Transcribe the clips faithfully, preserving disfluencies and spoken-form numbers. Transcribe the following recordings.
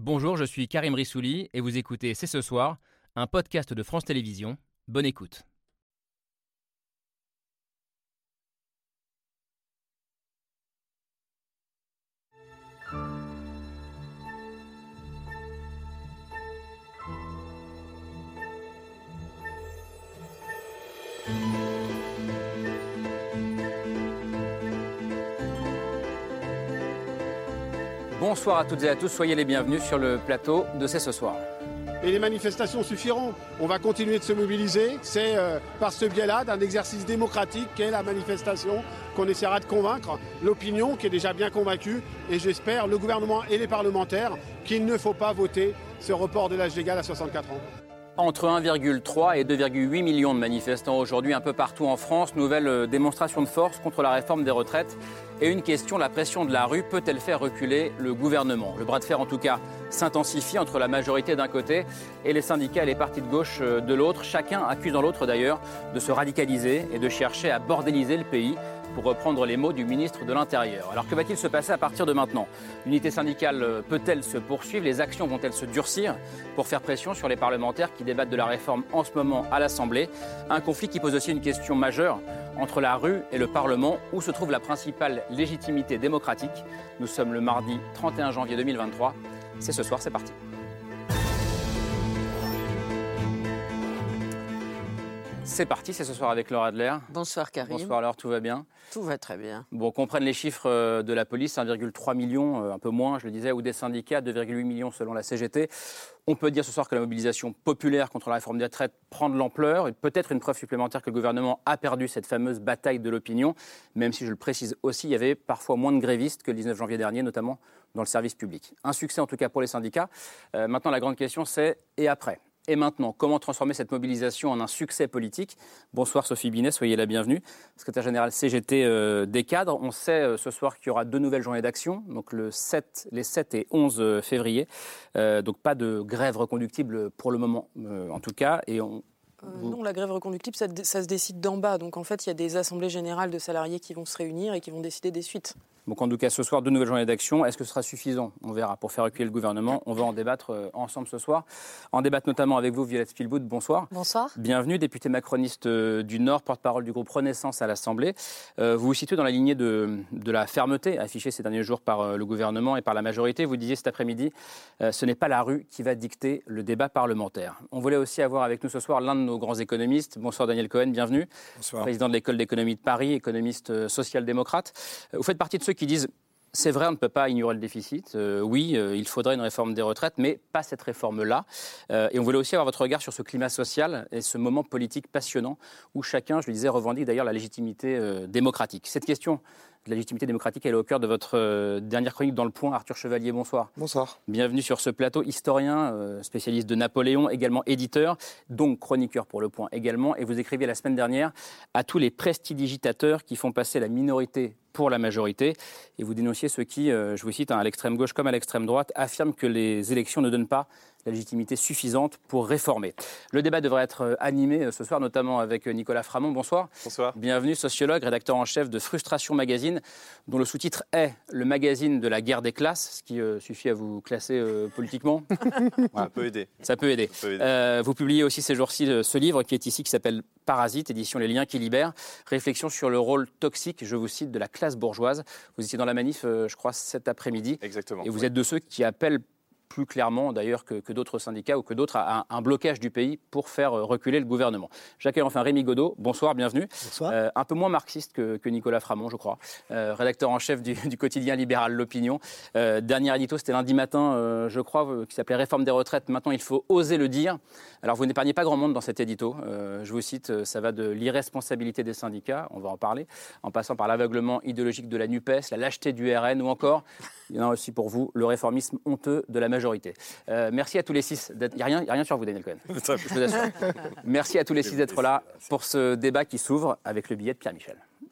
Bonjour, je suis Karim Rissouli et vous écoutez C'est ce soir, un podcast de France Télévisions. Bonne écoute. Bonsoir à toutes et à tous, soyez les bienvenus sur le plateau de C'est ce soir. Et les manifestations suffiront. On va continuer de se mobiliser. C'est euh, par ce biais-là d'un exercice démocratique qu'est la manifestation qu'on essaiera de convaincre l'opinion qui est déjà bien convaincue et j'espère le gouvernement et les parlementaires qu'il ne faut pas voter ce report de l'âge légal à soixante-quatre ans. Entre un virgule trois et deux virgule huit millions de manifestants aujourd'hui un peu partout en France. Nouvelle démonstration de force contre la réforme des retraites. Et une question, la pression de la rue peut-elle faire reculer le gouvernement ? Le bras de fer en tout cas s'intensifie entre la majorité d'un côté et les syndicats et les partis de gauche de l'autre. Chacun accusant l'autre d'ailleurs de se radicaliser et de chercher à bordéliser le pays, pour reprendre les mots du ministre de l'Intérieur. Alors que va-t-il se passer à partir de maintenant ? L'unité syndicale peut-elle se poursuivre ? Les actions vont-elles se durcir pour faire pression sur les parlementaires qui débattent de la réforme en ce moment à l'Assemblée ? Un conflit qui pose aussi une question majeure entre la rue et le Parlement. Où se trouve la principale légitimité démocratique ? Nous sommes le mardi trente et un janvier deux mille vingt-trois. C'est ce soir, c'est parti. C'est parti, c'est ce soir avec Laure Adler. Bonsoir Karim. Bonsoir Laure, tout va bien ? Tout va très bien. Bon, qu'on prenne les chiffres de la police, un virgule trois million, un peu moins, je le disais, ou des syndicats, deux virgule huit millions selon la C G T. On peut dire ce soir que la mobilisation populaire contre la réforme des retraites prend de l'ampleur, et peut-être une preuve supplémentaire que le gouvernement a perdu cette fameuse bataille de l'opinion, même si je le précise aussi, il y avait parfois moins de grévistes que le dix-neuf janvier dernier, notamment dans le service public. Un succès en tout cas pour les syndicats. Euh, maintenant, la grande question, c'est et après ? Et maintenant, comment transformer cette mobilisation en un succès politique ? Bonsoir Sophie Binet, soyez la bienvenue. Secrétaire générale C G T euh, des cadres. On sait euh, ce soir qu'il y aura deux nouvelles journées d'action, donc le sept, les sept et onze février. Euh, donc pas de grève reconductible pour le moment, euh, en tout cas. Et on... Euh, non, la grève reconductible, ça, ça se décide d'en bas. Donc en fait, il y a des assemblées générales de salariés qui vont se réunir et qui vont décider des suites. Donc en tout cas, ce soir, deux nouvelles journées d'action. Est-ce que ce sera suffisant ? On verra. Pour faire reculer le gouvernement, on va en débattre euh, ensemble ce soir. En débattre notamment avec vous, Violette Spielbout. Bonsoir. Bonsoir. Bienvenue, députée macroniste euh, du Nord, porte-parole du groupe Renaissance à l'Assemblée. Euh, vous vous situez dans la lignée de, de la fermeté affichée ces derniers jours par euh, le gouvernement et par la majorité. Vous disiez cet après-midi, euh, ce n'est pas la rue qui va dicter le débat parlementaire. On voulait aussi avoir avec nous ce soir l'un de nos grands économistes. Bonsoir Daniel Cohen, bienvenue. Bonsoir. Président de l'école d'économie de Paris, économiste euh, social-démocrate. Euh, vous faites partie de ceux qui disent... C'est vrai, on ne peut pas ignorer le déficit. Euh, oui, euh, il faudrait une réforme des retraites, mais pas cette réforme-là. Euh, et on voulait aussi avoir votre regard sur ce climat social et ce moment politique passionnant où chacun, je le disais, revendique d'ailleurs la légitimité euh, démocratique. Cette question de la légitimité démocratique, elle est au cœur de votre euh, dernière chronique dans Le Point. Arthur Chevalier, bonsoir. Bonsoir. Bienvenue sur ce plateau, historien, euh, spécialiste de Napoléon, également éditeur, donc chroniqueur pour Le Point également. Et vous écriviez la semaine dernière à tous les prestidigitateurs qui font passer la minorité pour la majorité. Et vous dénonciez ceux qui, euh, je vous cite, hein, à l'extrême gauche comme à l'extrême droite, affirment que les élections ne donnent pas la légitimité suffisante pour réformer. Le débat devrait être animé ce soir, notamment avec Nicolas Framont. Bonsoir. Bonsoir. Bienvenue, sociologue, rédacteur en chef de Frustration Magazine, dont le sous-titre est « Le magazine de la guerre des classes », ce qui euh, suffit à vous classer euh, politiquement. Ça peut aider. Ça peut aider. Ça peut aider. Euh, vous publiez aussi ces jours-ci ce livre qui est ici, qui s'appelle « Parasite », édition Les Liens qui libèrent. Réflexion sur le rôle toxique, je vous cite, de la classe bourgeoise. Vous étiez dans la manif, euh, je crois, cet après-midi. Exactement. Et vous oui. êtes de ceux qui appellent plus clairement d'ailleurs que, que d'autres syndicats ou que d'autres à un, un blocage du pays pour faire reculer le gouvernement. J'accueille enfin Rémi Godot. Bonsoir, bienvenue. Bonsoir. Euh, un peu moins marxiste que, que Nicolas Framont, je crois. Euh, rédacteur en chef du, du quotidien libéral L'Opinion. Euh, dernier édito, c'était lundi matin, euh, je crois, euh, qui s'appelait Réforme des retraites. Maintenant, il faut oser le dire. Alors, vous n'épargnez pas grand monde dans cet édito. Euh, je vous cite, ça va de l'irresponsabilité des syndicats, on va en parler, en passant par l'aveuglement idéologique de la NUPES, la lâcheté du R N ou encore, il y en a aussi pour vous, le réformisme honteux de la majorité. Euh, merci à tous les six. Il n'y a, a rien sur vous, Daniel Cohen. Je vous assure. Merci à tous les six d'être là pour ce débat qui s'ouvre avec le billet de Pierre Michel.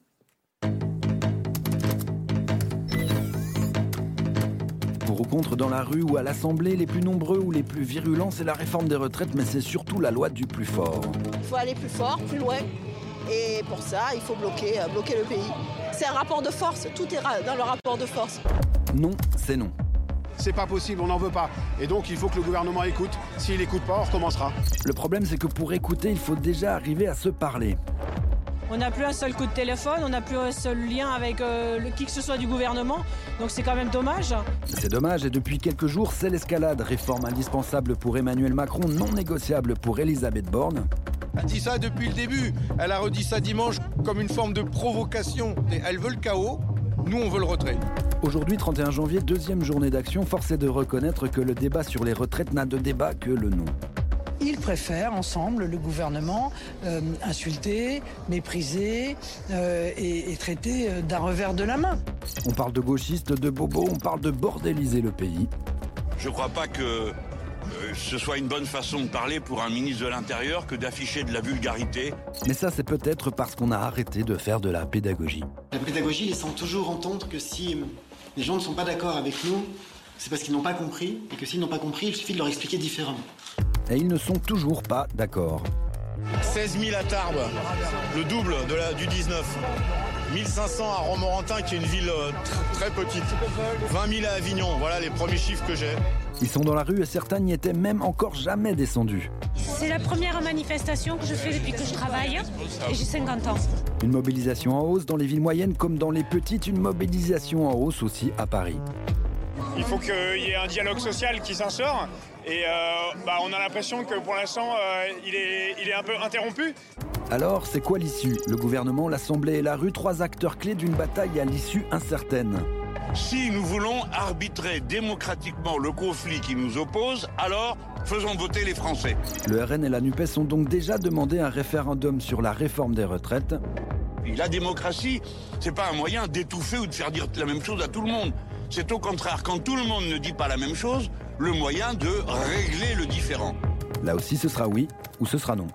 Pour ou contre dans la rue ou à l'Assemblée, les plus nombreux ou les plus virulents, c'est la réforme des retraites, mais c'est surtout la loi du plus fort. Il faut aller plus fort, plus loin. Et pour ça, il faut bloquer, euh, bloquer le pays. C'est un rapport de force, tout est dans le rapport de force. Non, c'est non. c'est pas possible, on n'en veut pas. Et donc il faut que le gouvernement écoute. S'il n'écoute pas, on recommencera. Le problème, c'est que pour écouter, il faut déjà arriver à se parler. On n'a plus un seul coup de téléphone, on n'a plus un seul lien avec euh, le, qui que ce soit du gouvernement, donc c'est quand même dommage. C'est dommage, et depuis quelques jours, c'est l'escalade. Réforme indispensable pour Emmanuel Macron, non négociable pour Elisabeth Borne. Elle dit ça depuis le début, elle a redit ça dimanche comme une forme de provocation. Elle veut le chaos, nous on veut le retrait. Aujourd'hui, trente et un janvier, deuxième journée d'action, force est de reconnaître que le débat sur les retraites n'a de débat que le nom. Ils préfèrent, ensemble, le gouvernement, euh, insulter, mépriser euh, et, et traiter d'un revers de la main. On parle de gauchistes, de bobos, on parle de bordéliser le pays. Je ne crois pas que euh, ce soit une bonne façon de parler pour un ministre de l'Intérieur que d'afficher de la vulgarité. Mais ça, c'est peut-être parce qu'on a arrêté de faire de la pédagogie. La pédagogie laissant toujours entendre que si les gens ne sont pas d'accord avec nous, c'est parce qu'ils n'ont pas compris, et que s'ils n'ont pas compris, il suffit de leur expliquer différemment. Et ils ne sont toujours pas d'accord. seize mille à Tarbes, le double de la, du dix-neuf. mille cinq cents à Romorantin, qui est une ville euh, très petite. vingt mille à Avignon, voilà les premiers chiffres que j'ai. Ils sont dans la rue et certains n'y étaient même encore jamais descendus. C'est la première manifestation que je fais depuis que je travaille et j'ai cinquante ans. Une mobilisation en hausse dans les villes moyennes comme dans les petites, une mobilisation en hausse aussi à Paris. Il faut qu'il y ait un dialogue social qui s'instaure et euh, bah, on a l'impression que pour l'instant euh, il, est, il est un peu interrompu. Alors, c'est quoi l'issue? Le gouvernement, l'Assemblée et la rue, trois acteurs clés d'une bataille à l'issue incertaine. Si nous voulons arbitrer démocratiquement le conflit qui nous oppose, alors faisons voter les Français. Le R N et la NUPES ont donc déjà demandé un référendum sur la réforme des retraites. Et la démocratie, c'est pas un moyen d'étouffer ou de faire dire la même chose à tout le monde. C'est au contraire, quand tout le monde ne dit pas la même chose, le moyen de régler le différend. Là aussi, ce sera oui ou ce sera non.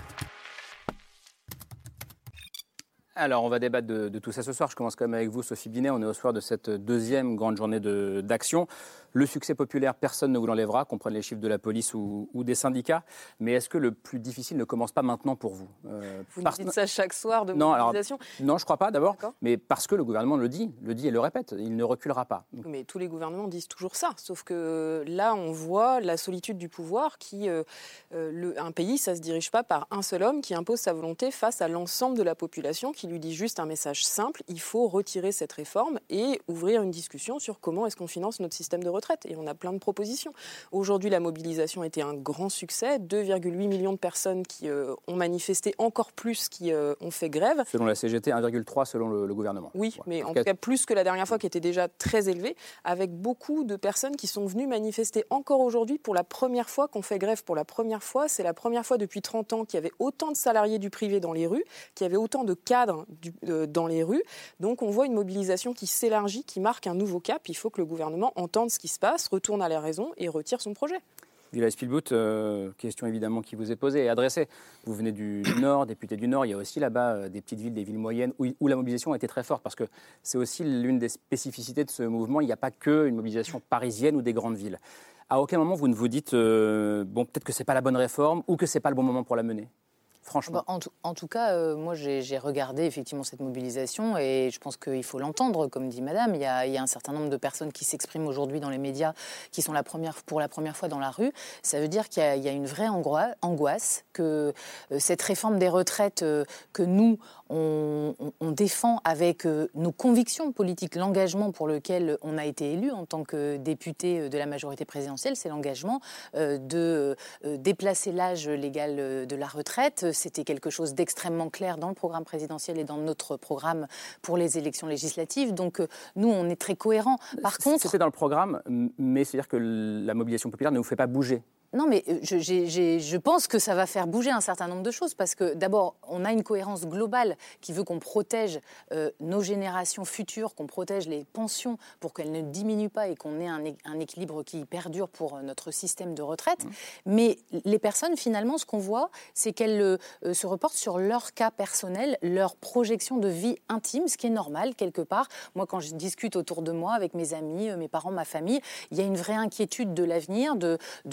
Alors, on va débattre de, de tout ça ce soir. Je commence quand même avec vous, Sophie Binet. On est au soir de cette deuxième grande journée de, d'action. Le succès populaire, personne ne vous l'enlèvera, qu'on prenne les chiffres de la police ou, ou des syndicats. Mais est-ce que le plus difficile ne commence pas maintenant pour vous euh, Vous parce... nous dites ça chaque soir de non, mobilisation alors, non, je ne crois pas d'abord. D'accord. Mais parce que le gouvernement le dit, le dit et le répète. Il ne reculera pas. Mais tous les gouvernements disent toujours ça. Sauf que là, on voit la solitude du pouvoir qui... Euh, euh, le, un pays, ça ne se dirige pas par un seul homme qui impose sa volonté face à l'ensemble de la population, qui lui dit juste un message simple, il faut retirer cette réforme et ouvrir une discussion sur comment est-ce qu'on finance notre système de retraite. Et on a plein de propositions. Aujourd'hui, la mobilisation était un grand succès. deux virgule huit millions de personnes qui euh, ont manifesté, encore plus qui euh, ont fait grève. Selon la C G T, un virgule trois selon le, le gouvernement. Oui, ouais. mais en tout cas plus que la dernière fois qui était déjà très élevé, avec beaucoup de personnes qui sont venues manifester encore aujourd'hui pour la première fois qu'on fait grève. Pour la première fois, c'est la première fois depuis trente ans qu'il y avait autant de salariés du privé dans les rues, qu'il y avait autant de cadres du, euh, dans les rues. Donc on voit une mobilisation qui s'élargit, qui marque un nouveau cap. Il faut que le gouvernement entende ce qui se passe, retourne à la raison et retire son projet. Villa Spielbout, euh, question évidemment qui vous est posée et adressée. Vous venez du, du Nord, député du Nord. Il y a aussi là-bas euh, des petites villes, des villes moyennes où, où la mobilisation a été très forte parce que c'est aussi l'une des spécificités de ce mouvement. Il n'y a pas qu'une mobilisation parisienne ou des grandes villes. À aucun moment vous ne vous dites euh, bon, peut-être que ce n'est pas la bonne réforme ou que ce n'est pas le bon moment pour la mener? Franchement. En tout, en tout cas, euh, moi j'ai, j'ai regardé effectivement cette mobilisation et je pense qu'il faut l'entendre, comme dit Madame. Il y, a, il y a un certain nombre de personnes qui s'expriment aujourd'hui dans les médias, qui sont la première, pour la première fois dans la rue. Ça veut dire qu'il y a, il y a une vraie angoisse, que euh, cette réforme des retraites euh, que nous, on, on, on défend avec euh, nos convictions politiques, l'engagement pour lequel on a été élu en tant que député de la majorité présidentielle, c'est l'engagement euh, de euh, déplacer l'âge légal de la retraite. C'était quelque chose d'extrêmement clair dans le programme présidentiel et dans notre programme pour les élections législatives. Donc, nous, on est très cohérents. Par contre... C'était dans le programme, mais c'est-à-dire que la mobilisation populaire ne vous fait pas bouger. Non, mais je, j'ai, j'ai, je pense que ça va faire bouger un certain nombre de choses parce que, d'abord, on a une cohérence globale qui veut qu'on protège euh, nos générations futures, qu'on protège les pensions pour qu'elles ne diminuent pas et qu'on ait un, un équilibre qui perdure pour notre système de retraite. Mmh. Mais les personnes, finalement, ce qu'on voit, c'est qu'elles euh, se reportent sur leur cas personnel, leur projection de vie intime, ce qui est normal, quelque part. Moi, quand je discute autour de moi avec mes amis, mes parents, ma famille, il y a une vraie inquiétude de l'avenir, de, de se voir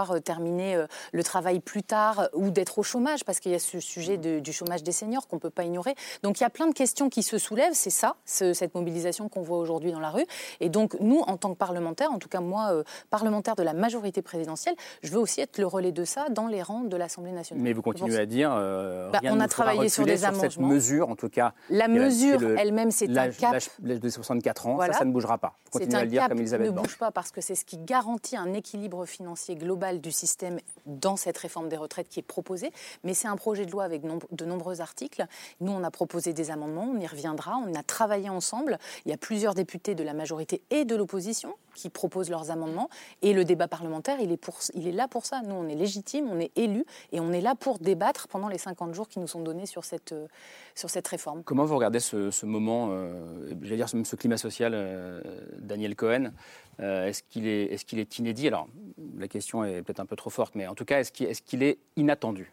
pouvoir terminer le travail plus tard ou d'être au chômage, parce qu'il y a ce sujet de, du chômage des seniors qu'on ne peut pas ignorer. Donc il y a plein de questions qui se soulèvent, c'est ça, ce, cette mobilisation qu'on voit aujourd'hui dans la rue. Et donc nous, en tant que parlementaires, en tout cas moi, euh, parlementaire de la majorité présidentielle, je veux aussi être le relais de ça dans les rangs de l'Assemblée nationale. Mais vous continuez à dire, euh, bah, rien on ne a travaillé sur des sur amendements. Cette mesure, en tout cas. La mesure le, elle-même, c'est un cap. L'âge de soixante-quatre ans, voilà. ça, ça ne bougera pas. C'est un cap qui ne bouge pas parce que c'est ce qui garantit un équilibre financier global du système dans cette réforme des retraites qui est proposée. Mais c'est un projet de loi avec de nombreux articles. Nous, on a proposé des amendements, on y reviendra, on a travaillé ensemble. Il y a plusieurs députés de la majorité et de l'opposition qui proposent leurs amendements. Et le débat parlementaire, il est, pour, il est là pour ça. Nous, on est légitime, on est élus et on est là pour débattre pendant les cinquante jours qui nous sont donnés sur cette, euh, sur cette réforme. Comment vous regardez ce, ce moment, euh, j'allais dire ce, ce climat social, euh, Daniel Cohen, euh, est-ce qu'il est, est-ce qu'il est inédit? Alors, la question est peut-être un peu trop forte, mais en tout cas, est-ce qu'il, est-ce qu'il est inattendu?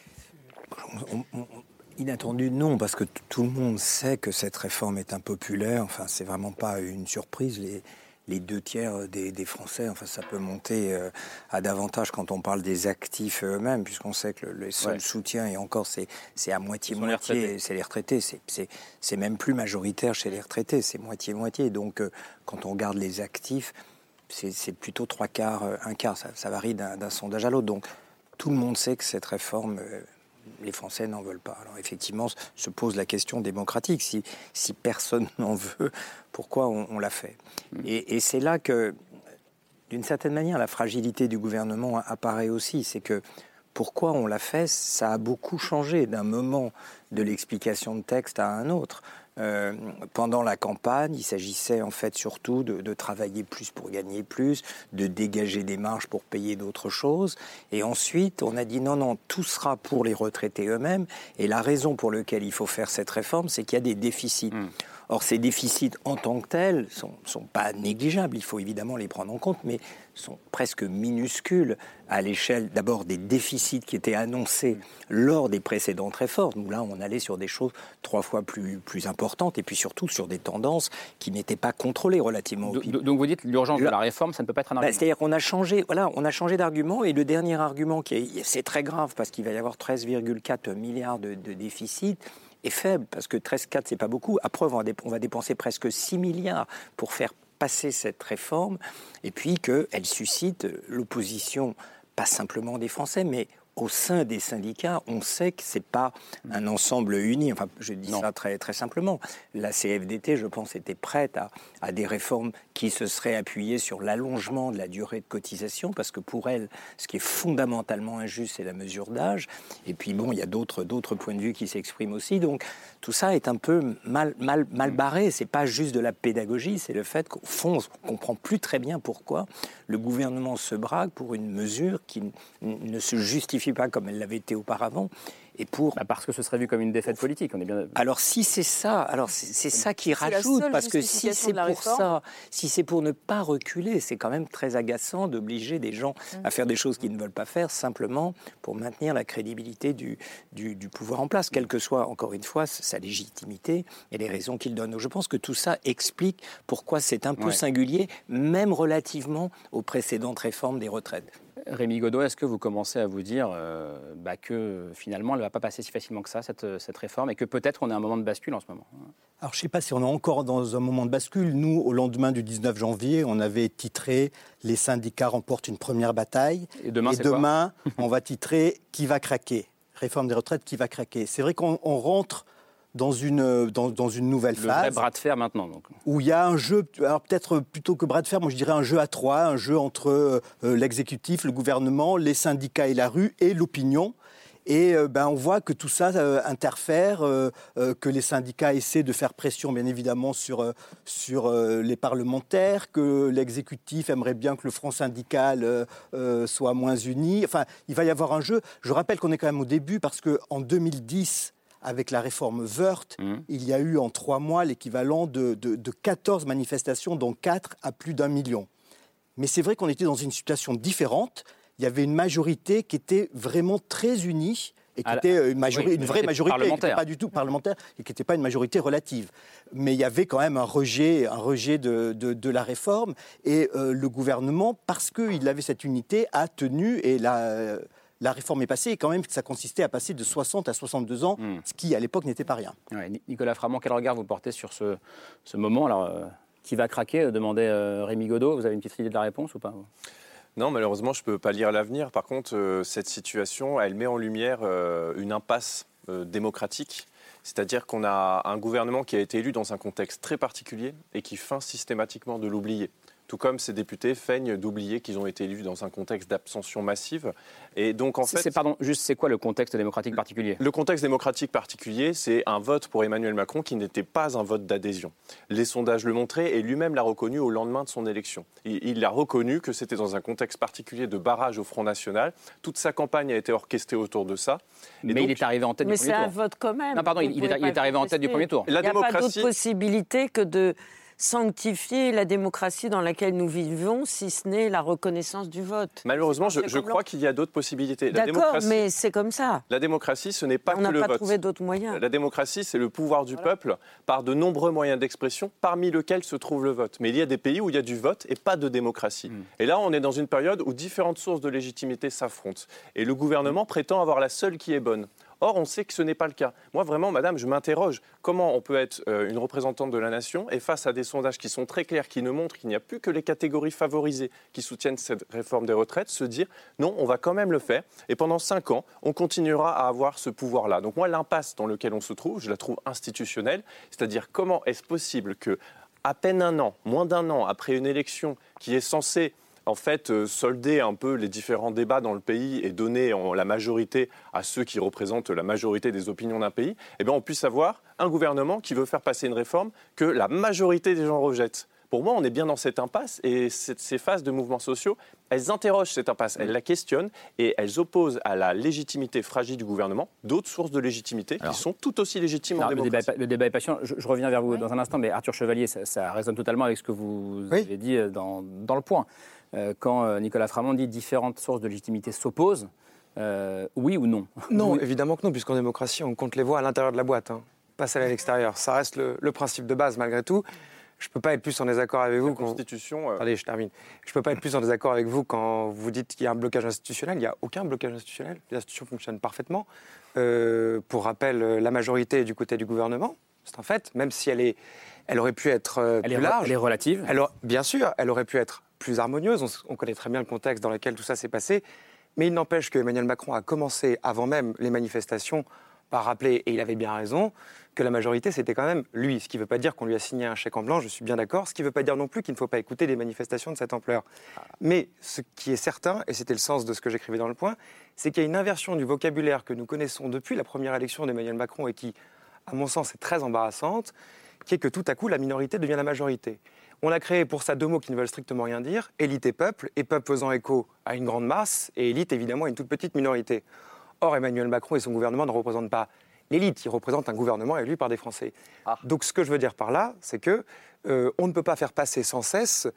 on, on, Inattendu, non, parce que t- tout le monde sait que cette réforme est impopulaire. Enfin, c'est vraiment pas une surprise. Les, les deux tiers des, des Français, enfin, ça peut monter euh, à davantage quand on parle des actifs eux-mêmes, puisqu'on sait que le, le seul ouais. soutien, et encore, c'est, c'est à moitié-moitié, les c'est les retraités. C'est, c'est, c'est même plus majoritaire chez les retraités, c'est moitié-moitié. Donc, euh, quand on regarde les actifs, c'est, c'est plutôt trois quarts, euh, un quart. Ça, ça varie d'un, d'un sondage à l'autre. Donc, tout le monde sait que cette réforme... Euh, les Français n'en veulent pas. Alors effectivement, se pose la question démocratique. Si, si personne n'en veut, pourquoi on, on l'a fait? et, et c'est là que, d'une certaine manière, la fragilité du gouvernement apparaît aussi. C'est que pourquoi on l'a fait, ça a beaucoup changé d'un moment de l'explication de texte à un autre. Euh, pendant la campagne, il s'agissait en fait surtout de, de travailler plus pour gagner plus, de dégager des marges pour payer d'autres choses. Et ensuite, on a dit non, non, tout sera pour les retraités eux-mêmes. Et la raison pour laquelle il faut faire cette réforme, c'est qu'il y a des déficits. Mmh. Or, ces déficits en tant que tels ne sont, sont pas négligeables. Il faut évidemment les prendre en compte, mais sont presque minuscules à l'échelle d'abord des déficits qui étaient annoncés lors des précédentes réformes, où là on allait sur des choses trois fois plus, plus importantes et puis surtout sur des tendances qui n'étaient pas contrôlées relativement au P I B. Donc vous dites l'urgence là, de la réforme, ça ne peut pas être un argument. Bah, c'est-à-dire qu'on a changé, voilà, on a changé d'argument et le dernier argument, qui est, c'est très grave parce qu'il va y avoir treize virgule quatre milliards de, de déficit, est faible parce que treize virgule quatre c'est pas beaucoup. Après on va dépenser presque six milliards pour faire passer cette réforme et puis qu'elle suscite l'opposition, pas simplement des Français, mais au sein des syndicats, on sait que ce n'est pas un ensemble uni. Enfin, je dis non. ça très, très simplement. La C F D T, je pense, était prête à, à des réformes qui se seraient appuyées sur l'allongement de la durée de cotisation, parce que pour elle, ce qui est fondamentalement injuste, c'est la mesure d'âge. Et puis, bon, il y a d'autres, d'autres points de vue qui s'expriment aussi. Donc, tout ça est un peu mal, mal, mal barré. Ce n'est pas juste de la pédagogie, c'est le fait qu'au fond, on ne comprend plus très bien pourquoi le gouvernement se braque pour une mesure qui n- ne se justifie pas comme elle l'avait été auparavant. Et pour... Bah parce que ce serait vu comme une défaite politique, on est bien... Alors si c'est ça, alors c'est, c'est ça qui c'est rajoute, parce que si c'est pour réforme. ça, si c'est pour ne pas reculer, c'est quand même très agaçant d'obliger des gens mmh. à faire des choses qu'ils ne veulent pas faire, simplement pour maintenir la crédibilité du, du, du pouvoir en place, quelle que soit, encore une fois, sa légitimité et les raisons qu'il donne. Donc je pense que tout ça explique pourquoi c'est un peu ouais. singulier, même relativement aux précédentes réformes des retraites. Rémi Godeau, est-ce que vous commencez à vous dire euh, bah, que finalement elle ne va pas passer si facilement que ça, cette, cette réforme, et que peut-être on est à un moment de bascule en ce moment? Alors je ne sais pas si on est encore dans un moment de bascule. Nous, au lendemain du dix-neuf janvier, on avait titré « Les syndicats remportent une première bataille ». Et demain, et c'est demain on va titrer « Qui va craquer ?» Réforme des retraites, qui va craquer. C'est vrai qu'on on rentre dans une, dans, dans une nouvelle le phase. Le vrai bras de fer maintenant. Donc. Où il y a un jeu, alors peut-être plutôt que bras de fer, moi je dirais un jeu à trois, un jeu entre euh, l'exécutif, le gouvernement, les syndicats et la rue et l'opinion. Et euh, ben, on voit que tout ça euh, interfère, euh, euh, que les syndicats essaient de faire pression, bien évidemment, sur, euh, sur euh, les parlementaires, que l'exécutif aimerait bien que le front syndical euh, euh, soit moins uni. Enfin, il va y avoir un jeu. Je rappelle qu'on est quand même au début, parce qu'en deux mille dix... avec la réforme Woerth, mmh. il y a eu en trois mois l'équivalent de, de, de quatorze manifestations, dont quatre à plus d'un million. Mais c'est vrai qu'on était dans une situation différente. Il y avait une majorité qui était vraiment très unie et qui était une, majori- oui, une vraie majorité, qui n'était pas du tout parlementaire et qui n'était pas une majorité relative. Mais il y avait quand même un rejet, un rejet de, de, de la réforme et euh, le gouvernement, parce qu'il avait cette unité, a tenu et la... Euh, La réforme est passée et quand même ça consistait à passer de soixante à soixante-deux ans, mmh. ce qui à l'époque n'était pas rien. Ouais, Nicolas Framand, quel regard vous portez sur ce, ce moment? Alors, euh, qui va craquer, demandait euh, Rémi Godot. Vous avez une petite idée de la réponse ou pas? Non, malheureusement, je ne peux pas lire l'avenir. Par contre, euh, cette situation, elle met en lumière euh, une impasse euh, démocratique. C'est-à-dire qu'on a un gouvernement qui a été élu dans un contexte très particulier et qui feint systématiquement de l'oublier. Tout comme ces députés feignent d'oublier qu'ils ont été élus dans un contexte d'abstention massive. Et donc, en fait, c'est, pardon, juste, c'est quoi le contexte démocratique particulier? Le contexte démocratique particulier, c'est un vote pour Emmanuel Macron qui n'était pas un vote d'adhésion. Les sondages le montraient et lui-même l'a reconnu au lendemain de son élection. Il, il a reconnu que c'était dans un contexte particulier de barrage au Front National. Toute sa campagne a été orchestrée autour de ça. Et Mais donc, il est arrivé en tête mais du premier tour. Mais c'est un vote quand même. Non, pardon, il, il, est, il est arrivé en tête du premier tour. Il n'y a démocratie... pas d'autre possibilité que de sanctifier la démocratie dans laquelle nous vivons, si ce n'est la reconnaissance du vote. Malheureusement, je, je crois qu'il y a d'autres possibilités. La D'accord, démocratie, mais c'est comme ça. La démocratie, ce n'est pas On que le vote. On n'a pas trouvé d'autres moyens. La démocratie, c'est le pouvoir du voilà. peuple par de nombreux moyens d'expression, parmi lesquels se trouve le vote. Mais il y a des pays où il y a du vote et pas de démocratie. Mmh. Et là, on est dans une période où différentes sources de légitimité s'affrontent. Et le gouvernement mmh. prétend avoir la seule qui est bonne. Or, on sait que ce n'est pas le cas. Moi, vraiment, madame, je m'interroge. Comment on peut être euh, une représentante de la nation et face à des sondages qui sont très clairs, qui ne montrent qu'il n'y a plus que les catégories favorisées qui soutiennent cette réforme des retraites, se dire non, on va quand même le faire. Et pendant cinq ans, on continuera à avoir ce pouvoir-là. Donc moi, l'impasse dans laquelle on se trouve, je la trouve institutionnelle. C'est-à-dire, comment est-ce possible que, à peine un an, moins d'un an après une élection qui est censée en fait, euh, solder un peu les différents débats dans le pays et donner en, la majorité à ceux qui représentent la majorité des opinions d'un pays, eh bien, on puisse avoir un gouvernement qui veut faire passer une réforme que la majorité des gens rejettent. Pour moi, on est bien dans cette impasse et cette, ces phases de mouvements sociaux, elles interrogent cette impasse, elles la questionnent et elles opposent à la légitimité fragile du gouvernement d'autres sources de légitimité alors, qui sont tout aussi légitimes alors, en démocratie. Le débat, le débat est patient. Je, je reviens vers vous oui. dans un instant, mais Arthur Chevalier, ça, ça résonne totalement avec ce que vous oui. avez dit dans, dans le point. Euh, quand Nicolas Framand dit différentes sources de légitimité s'opposent, euh, oui ou non? Non, oui. évidemment que non, puisqu'en démocratie, on compte les voix à l'intérieur de la boîte, hein, pas celles à l'extérieur. Ça reste le, le principe de base, malgré tout. Je ne peux pas être plus en désaccord avec vous. La Constitution. Euh... Attendez, je termine. Je ne peux pas être plus en désaccord avec vous quand vous dites qu'il y a un blocage institutionnel. Il n'y a aucun blocage institutionnel. Les institutions fonctionnent parfaitement. Euh, pour rappel, la majorité est du côté du gouvernement. C'est un fait, même si elle, est, elle aurait pu être euh, elle plus est, large. Elle est relative. Elle, bien sûr, elle aurait pu être plus harmonieuse. On, on connaît très bien le contexte dans lequel tout ça s'est passé. Mais il n'empêche que Emmanuel Macron a commencé, avant même les manifestations, par rappeler, et il avait bien raison, que la majorité, c'était quand même lui. Ce qui ne veut pas dire qu'on lui a signé un chèque en blanc, je suis bien d'accord. Ce qui ne veut pas dire non plus qu'il ne faut pas écouter des manifestations de cette ampleur. Mais ce qui est certain, et c'était le sens de ce que j'écrivais dans le point, c'est qu'il y a une inversion du vocabulaire que nous connaissons depuis la première élection d'Emmanuel Macron et qui, à mon sens, est très embarrassante, qui est que tout à coup, la minorité devient la majorité. On a créé pour ça deux mots qui ne veulent strictement rien dire, élite et peuple, et peuple faisant écho à une grande masse, et élite, évidemment, à une toute petite minorité. Or, Emmanuel Macron et son gouvernement ne représentent pas l'élite, ils représentent un gouvernement élu par des Français. Ah. Donc, ce que je veux dire par là, c'est que euh, on ne peut pas faire passer sans cesse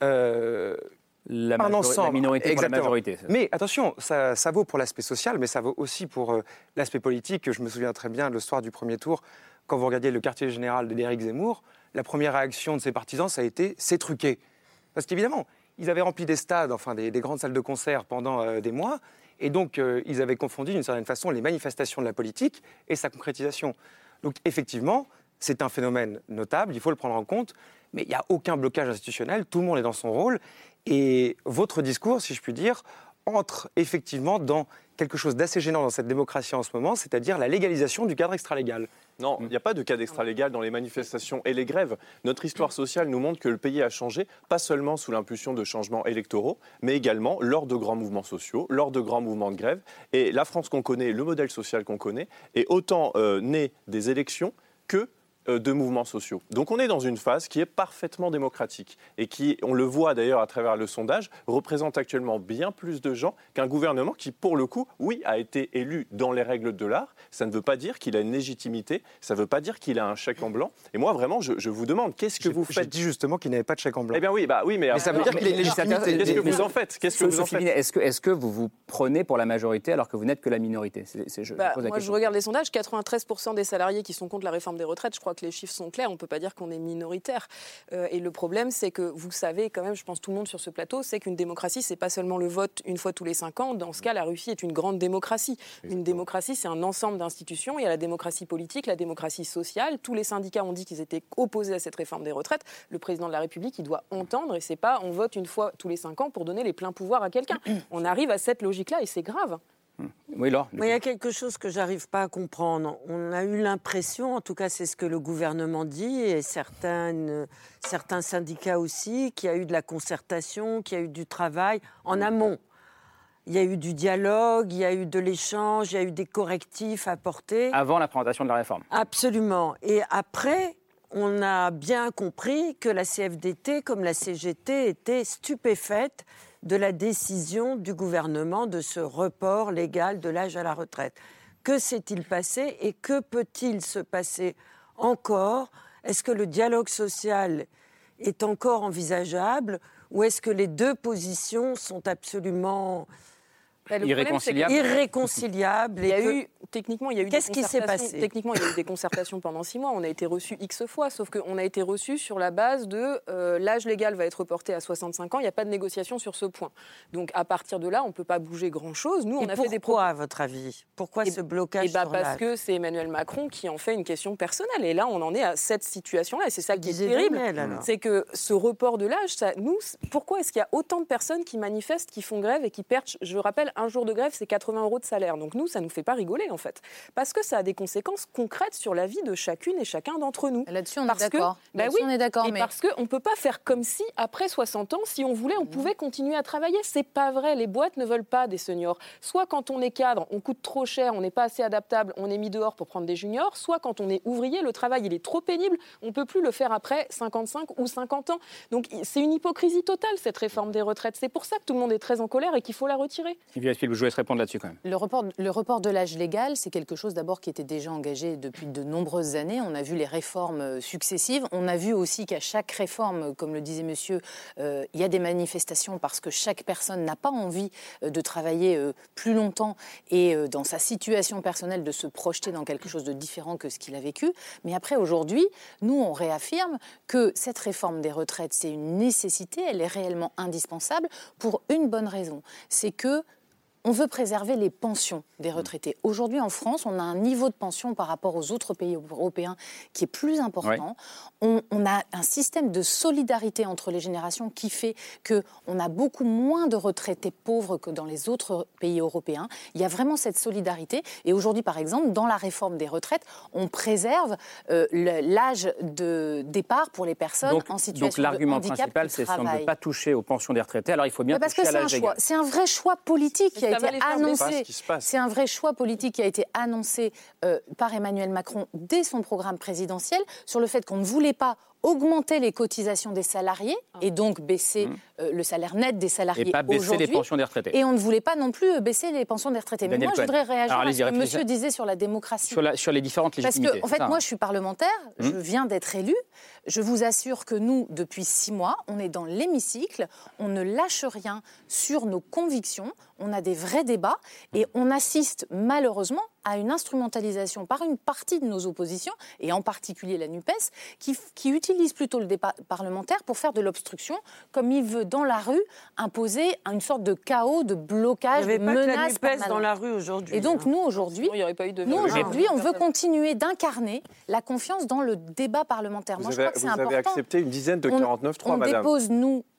euh, la, un ensemble. La minorité Exactement. Pour la majorité. Ça. Mais attention, ça, ça vaut pour l'aspect social, mais ça vaut aussi pour euh, l'aspect politique. Je me souviens très bien, le soir du premier tour, quand vous regardiez le quartier général d'Éric Zemmour, la première réaction de ses partisans, ça a été « c'est truqué ». Parce qu'évidemment, ils avaient rempli des stades, enfin des, des grandes salles de concert pendant euh, des mois, et donc euh, ils avaient confondu d'une certaine façon les manifestations de la politique et sa concrétisation. Donc effectivement, c'est un phénomène notable, il faut le prendre en compte, mais il n'y a aucun blocage institutionnel, tout le monde est dans son rôle, et votre discours, si je puis dire, entre effectivement dans quelque chose d'assez gênant dans cette démocratie en ce moment, c'est-à-dire la légalisation du cadre extralégal. Non, il n'y a pas de cadre extralégal dans les manifestations et les grèves. Notre histoire sociale nous montre que le pays a changé, pas seulement sous l'impulsion de changements électoraux, mais également lors de grands mouvements sociaux, lors de grands mouvements de grève. Et la France qu'on connaît, le modèle social qu'on connaît, est autant euh, né des élections que de mouvements sociaux. Donc on est dans une phase qui est parfaitement démocratique et qui, on le voit d'ailleurs à travers le sondage, représente actuellement bien plus de gens qu'un gouvernement qui, pour le coup, oui, a été élu dans les règles de l'art. Ça ne veut pas dire qu'il a une légitimité, ça ne veut pas dire qu'il a un chèque en blanc. Et moi, vraiment, je, je vous demande, qu'est-ce que vous faites ? J'ai dit justement qu'il n'avait pas de chèque en blanc. Eh bien oui, bah oui, mais, mais ça veut dire qu'il a une légitimité. Qu'est-ce que vous en faites ? Qu'est-ce que vous en faites ? Est-ce que, est-ce que vous vous prenez pour la majorité alors que vous n'êtes que la minorité ? c'est, c'est, je, bah, je pose la Moi, question. je regarde les sondages, quatre-vingt-treize pour cent des salariés qui sont contre la réforme des retraites, je crois que les chiffres sont clairs, on ne peut pas dire qu'on est minoritaire. Euh, et le problème, c'est que vous savez quand même, je pense tout le monde sur ce plateau, c'est qu'une démocratie, c'est pas seulement le vote une fois tous les cinq ans. Dans ce cas, la Russie est une grande démocratie. Exactement. Une démocratie, c'est un ensemble d'institutions. Il y a la démocratie politique, la démocratie sociale. Tous les syndicats ont dit qu'ils étaient opposés à cette réforme des retraites. Le président de la République, il doit entendre, et c'est pas on vote une fois tous les cinq ans pour donner les pleins pouvoirs à quelqu'un. On arrive à cette logique-là et c'est grave. Oui, Laure. Il y a quelque chose que j'arrive pas à comprendre. On a eu l'impression, en tout cas c'est ce que le gouvernement dit, et certaines, certains syndicats aussi, qu'il y a eu de la concertation, qu'il y a eu du travail en amont. Il y a eu du dialogue, il y a eu de l'échange, il y a eu des correctifs apportés. Avant la présentation de la réforme. Absolument. Et après, on a bien compris que la C F D T, comme la C G T, était stupéfaite de la décision du gouvernement de ce report légal de l'âge à la retraite. Que s'est-il passé et que peut-il se passer encore ? Est-ce que le dialogue social est encore envisageable ou est-ce que les deux positions sont absolument Ben, irréconciliables irréconciliables Il y a que... eu, techniquement, il y a eu Qu'est-ce des qui s'est passé ? Techniquement, il y a eu des concertations pendant six mois. On a été reçus X fois, sauf qu'on a été reçus sur la base de euh, l'âge légal va être reporté à soixante-cinq ans. Il n'y a pas de négociation sur ce point. Donc, à partir de là, on ne peut pas bouger grand-chose. Nous, on Et a pourquoi, fait des propos. à votre avis ? Pourquoi et, ce blocage et bah sur Parce l'âge ? que c'est Emmanuel Macron qui en fait une question personnelle. Et là, on en est à cette situation-là. Et c'est ça qui est Disait terrible. Daniel, c'est que ce report de l'âge, ça, nous, pourquoi est-ce qu'il y a autant de personnes qui manifestent, qui font grève et qui perdent, je rappelle, un jour de grève, c'est quatre-vingts euros de salaire. Donc nous, ça ne nous fait pas rigoler, en fait. Parce que ça a des conséquences concrètes sur la vie de chacune et chacun d'entre nous. Là-dessus, on parce est d'accord. Que, bah Là-dessus, oui, on est d'accord. Et mais... parce qu'on ne peut pas faire comme si, après soixante ans, si on voulait, on pouvait continuer à travailler. C'est pas vrai. Les boîtes ne veulent pas des seniors. Soit quand on est cadre, on coûte trop cher, on n'est pas assez adaptable, on est mis dehors pour prendre des juniors. Soit quand on est ouvrier, le travail, il est trop pénible, on ne peut plus le faire après cinquante-cinq ou cinquante ans. Donc c'est une hypocrisie totale, cette réforme des retraites. C'est pour ça que tout le monde est très en colère et qu'il faut la retirer. Sylvia Spiel, je vous laisse répondre là-dessus quand même. Le report, le report de l'âge légal, c'est quelque chose d'abord qui était déjà engagé depuis de nombreuses années. On a vu les réformes successives. On a vu aussi qu'à chaque réforme, comme le disait monsieur, euh, il y a des manifestations parce que chaque personne n'a pas envie euh, de travailler euh, plus longtemps et euh, dans sa situation personnelle de se projeter dans quelque chose de différent que ce qu'il a vécu. Mais après, aujourd'hui, nous, on réaffirme que cette réforme des retraites, c'est une nécessité, elle est réellement indispensable pour une bonne raison. C'est que on veut préserver les pensions des retraités. Aujourd'hui, en France, on a un niveau de pension par rapport aux autres pays européens qui est plus important. Ouais. On, on a un système de solidarité entre les générations qui fait qu'on a beaucoup moins de retraités pauvres que dans les autres pays européens. Il y a vraiment cette solidarité. Et aujourd'hui, par exemple, dans la réforme des retraites, on préserve euh, l'âge de départ pour les personnes donc, en situation de handicap. Donc l'argument principal, c'est de ne pas toucher aux pensions des retraités. Alors il faut bien parce toucher que à l'âge légal. C'est un vrai choix politique qui a été annoncé. C'est un vrai choix politique qui a été annoncé euh, par Emmanuel Macron dès son programme présidentiel sur le fait qu'on ne voulait pas augmenter les cotisations des salariés et donc baisser mmh. euh, le salaire net des salariés et pas baisser les pensions des retraités. Et on ne voulait pas non plus baisser les pensions des retraités. Daniel Mais moi, Cohen. je voudrais réagir Alors, à ce que monsieur disait sur la démocratie. Sur, la, sur les différentes légitimités. Parce que, en fait, ça, moi, hein. je suis parlementaire, mmh. je viens d'être élue. Je vous assure que nous, depuis six mois, on est dans l'hémicycle, on ne lâche rien sur nos convictions, on a des vrais débats et on assiste malheureusement à une instrumentalisation par une partie de nos oppositions, et en particulier la NUPES, qui, qui utilise plutôt le débat parlementaire pour faire de l'obstruction, comme il veut dans la rue imposer une sorte de chaos, de blocage, de menace. Il n'y avait pas que la NUPES dans la rue aujourd'hui. Et donc hein. nous aujourd'hui, il y aurait pas eu de... nous aujourd'hui, on veut continuer d'incarner la confiance dans le débat parlementaire. Vous Moi, avez, je crois que c'est vous important. avez accepté une dizaine de quarante-neuf trois, on madame. On dépose, nous, euh,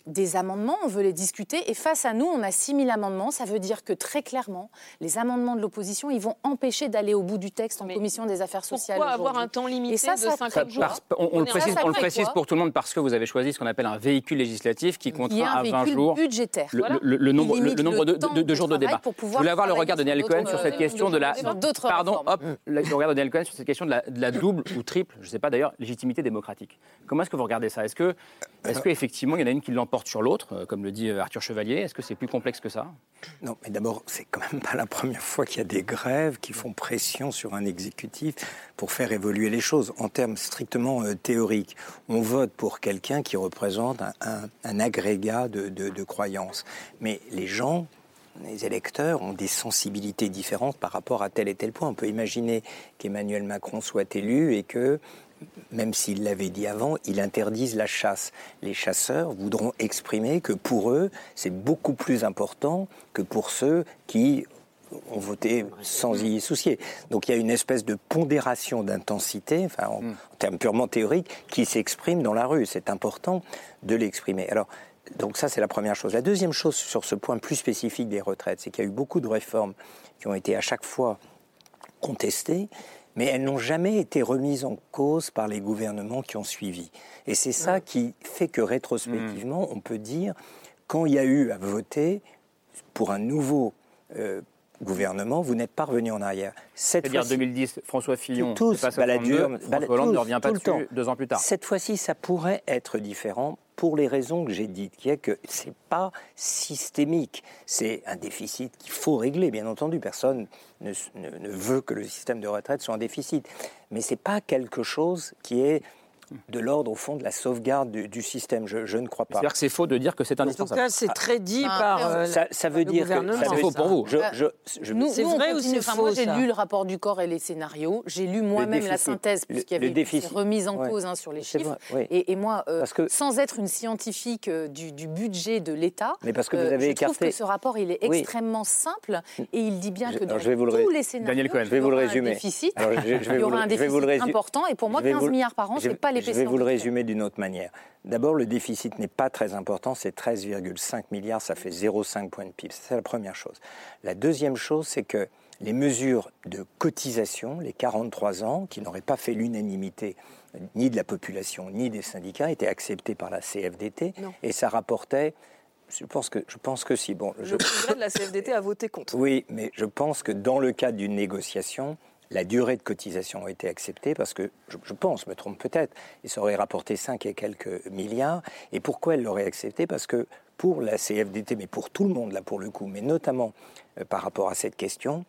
des amendements, on veut les discuter, et face à nous, on a six mille amendements. Ça veut dire que très clairement, les amendements de l'opposition, ils vont empêcher d'aller au bout du texte en Mais commission des affaires sociales. Pourquoi avoir un temps limité ça, de ça, cinquante jours Parce, on, on, le précise, on le précise pour tout le monde parce que vous avez choisi ce qu'on appelle un véhicule législatif qui contraint à vingt jours budgétaire. le, voilà. le, le nombre, le, le nombre de, de, de jours de débat. Je voulais avoir le regard de Daniel Cohen sur cette question de la pardon, hop, le regard de Daniel Cohen sur cette question de la, de la double ou triple, je ne sais pas d'ailleurs, légitimité démocratique. Comment est-ce que vous regardez ça ? Est-ce que, est-ce qu'effectivement il y en a une qui l'emporte sur l'autre, comme le dit Arthur Chevalier ? Est-ce que c'est plus complexe que ça ? Non, mais d'abord, c'est quand même pas la première fois qu'il y a des grèves qui font pression sur un exécutif pour faire évoluer les choses. En termes strictement euh, théoriques, on vote pour quelqu'un qui représente un, un, un agrégat de, de, de croyances. Mais les gens, les électeurs, ont des sensibilités différentes par rapport à tel et tel point. On peut imaginer qu'Emmanuel Macron soit élu et que, même s'il l'avait dit avant, il interdise la chasse. Les chasseurs voudront exprimer que pour eux, c'est beaucoup plus important que pour ceux qui ont voté sans y soucier. Donc il y a une espèce de pondération d'intensité, enfin, en, mm. en termes purement théoriques, qui s'exprime dans la rue. C'est important de l'exprimer. Alors, donc ça, c'est la première chose. La deuxième chose sur ce point plus spécifique des retraites, c'est qu'il y a eu beaucoup de réformes qui ont été à chaque fois contestées, mais elles n'ont jamais été remises en cause par les gouvernements qui ont suivi. Et c'est ça mmh. qui fait que rétrospectivement, mmh. on peut dire, quand il y a eu à voter pour un nouveau euh, gouvernement, vous n'êtes pas revenu en arrière. Cette C'est-à-dire deux mille dix, François Fillon, tous, c'est pas Balladur, François Hollande ne revient pas dessus temps. deux ans plus tard. Cette fois-ci, ça pourrait être différent pour les raisons que j'ai dites, qui est que ce n'est pas systémique. C'est un déficit qu'il faut régler, bien entendu. Personne ne, ne, ne veut que le système de retraite soit en déficit. Mais ce n'est pas quelque chose qui est de l'ordre, au fond, de la sauvegarde du, du système. Je, je ne crois pas. C'est-à-dire que c'est faux de dire que c'est indispensable. En tout cas, c'est très dit ah, par euh, ça, ça veut dire que c'est faux pour vous. Je, je, je, nous, c'est nous, vrai ou continue, c'est enfin, faux Moi, j'ai ça. lu le rapport du corps et les scénarios. J'ai lu moi-même la synthèse, puisqu'il y avait une remise en ouais. cause hein, sur les c'est chiffres. Vrai, oui. et, et moi, euh, que... sans être une scientifique euh, du, du budget de l'État, mais parce que vous euh, avez je écarté... trouve que ce rapport, il est oui. extrêmement simple et il dit bien je, que dans alors, je vais vous tous le... les scénarios, Daniel Cohen, je vais vous le résumer. Un déficit, alors, je, je vais il y aura le, un déficit important et pour moi, quinze milliards par an, ce n'est pas l'épaisseur. Je vais vous le résumer d'une autre manière. D'abord, le déficit n'est pas très important, c'est treize virgule cinq milliards, ça fait zéro virgule cinq point de P I B. C'est la première chose. La deuxième chose, c'est que les mesures de cotisation, les quarante-trois ans, qui n'auraient pas fait l'unanimité ni de la population, ni des syndicats, étaient acceptées par la C F D T, non. et ça rapportait... Je pense que, je pense que si. Bon, le je... congrès de la C F D T a voté contre. Oui, mais je pense que dans le cadre d'une négociation, la durée de cotisation a été acceptée parce que, je, je pense, me trompe peut-être, et ça aurait rapporté cinq et quelques milliards. Et pourquoi elle l'aurait accepté ? Parce que pour la C F D T, mais pour tout le monde là pour le coup, mais notamment euh, par rapport à cette question,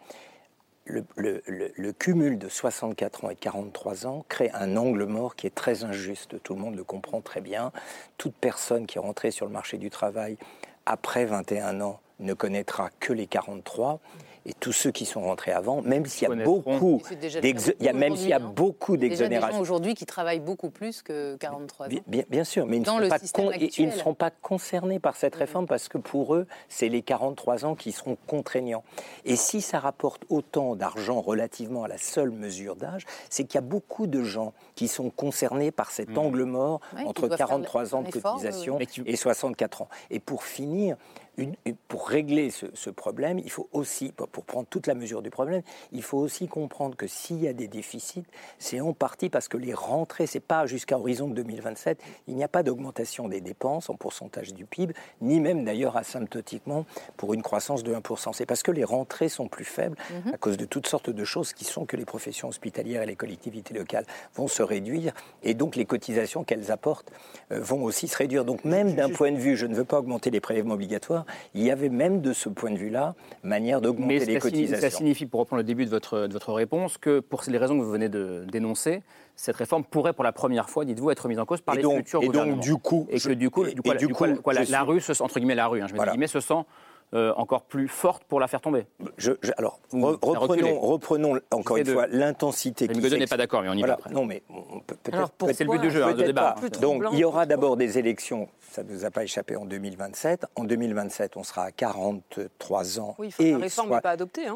le, le, le, le cumul de soixante-quatre ans et quarante-trois ans crée un angle mort qui est très injuste. Tout le monde le comprend très bien. Toute personne qui est rentrée sur le marché du travail après vingt et un ans ne connaîtra que les quarante-trois. Et tous ceux qui sont rentrés avant, même s'il y a beaucoup, il y a même s'il y a beaucoup d'exonérations. Il y a des gens aujourd'hui qui travaillent beaucoup plus que quarante-trois ans. Bien, bien sûr, mais ils ne, seront pas con, ils ne seront pas concernés par cette réforme parce que pour eux, c'est les quarante-trois ans qui seront contraignants. Et si ça rapporte autant d'argent relativement à la seule mesure d'âge, c'est qu'il y a beaucoup de gens qui sont concernés par cet mmh. angle mort ouais, entre quarante-trois ans de effort, cotisation euh, oui. et soixante-quatre ans. Et pour finir, Une, pour régler ce, ce problème, il faut aussi, pour prendre toute la mesure du problème, il faut aussi comprendre que s'il y a des déficits, c'est en partie parce que les rentrées, c'est pas jusqu'à horizon de deux mille vingt-sept, il n'y a pas d'augmentation des dépenses en pourcentage du P I B, ni même d'ailleurs asymptotiquement pour une croissance de un pour cent. C'est parce que les rentrées sont plus faibles mm-hmm. à cause de toutes sortes de choses qui sont que les professions hospitalières et les collectivités locales vont se réduire et donc les cotisations qu'elles apportent euh, vont aussi se réduire. Donc même d'un point de vue, je ne veux pas augmenter les prélèvements obligatoires, il y avait même de ce point de vue-là manière d'augmenter Mais les cotisations. Mais ça signifie, pour reprendre le début de votre, de votre réponse, que pour les raisons que vous venez de dénoncer, cette réforme pourrait pour la première fois, dites-vous, être mise en cause par et les donc, futurs et gouvernements. Donc, du coup, et que du coup, et, du coup, et du du coup, coup quoi, la, suis... la rue, se, entre guillemets la rue, hein, je mets voilà. guillemets, se sent euh, encore plus forte pour la faire tomber. Je, je, alors, re, reprenons, reprenons encore une de... fois l'intensité. Rémi Godot n'est pas d'accord, mais on y voilà. va. Après. Non, mais on peut, peut-être. Alors, peut c'est le but du jeu, hein, de débat. Donc, il y aura d'abord des élections. Ça ne nous a pas échappé en deux mille vingt-sept. En deux mille vingt-sept, on sera à quarante-trois ans. Oui, enfin, et la réforme soit... n'est pas adoptée. Hein.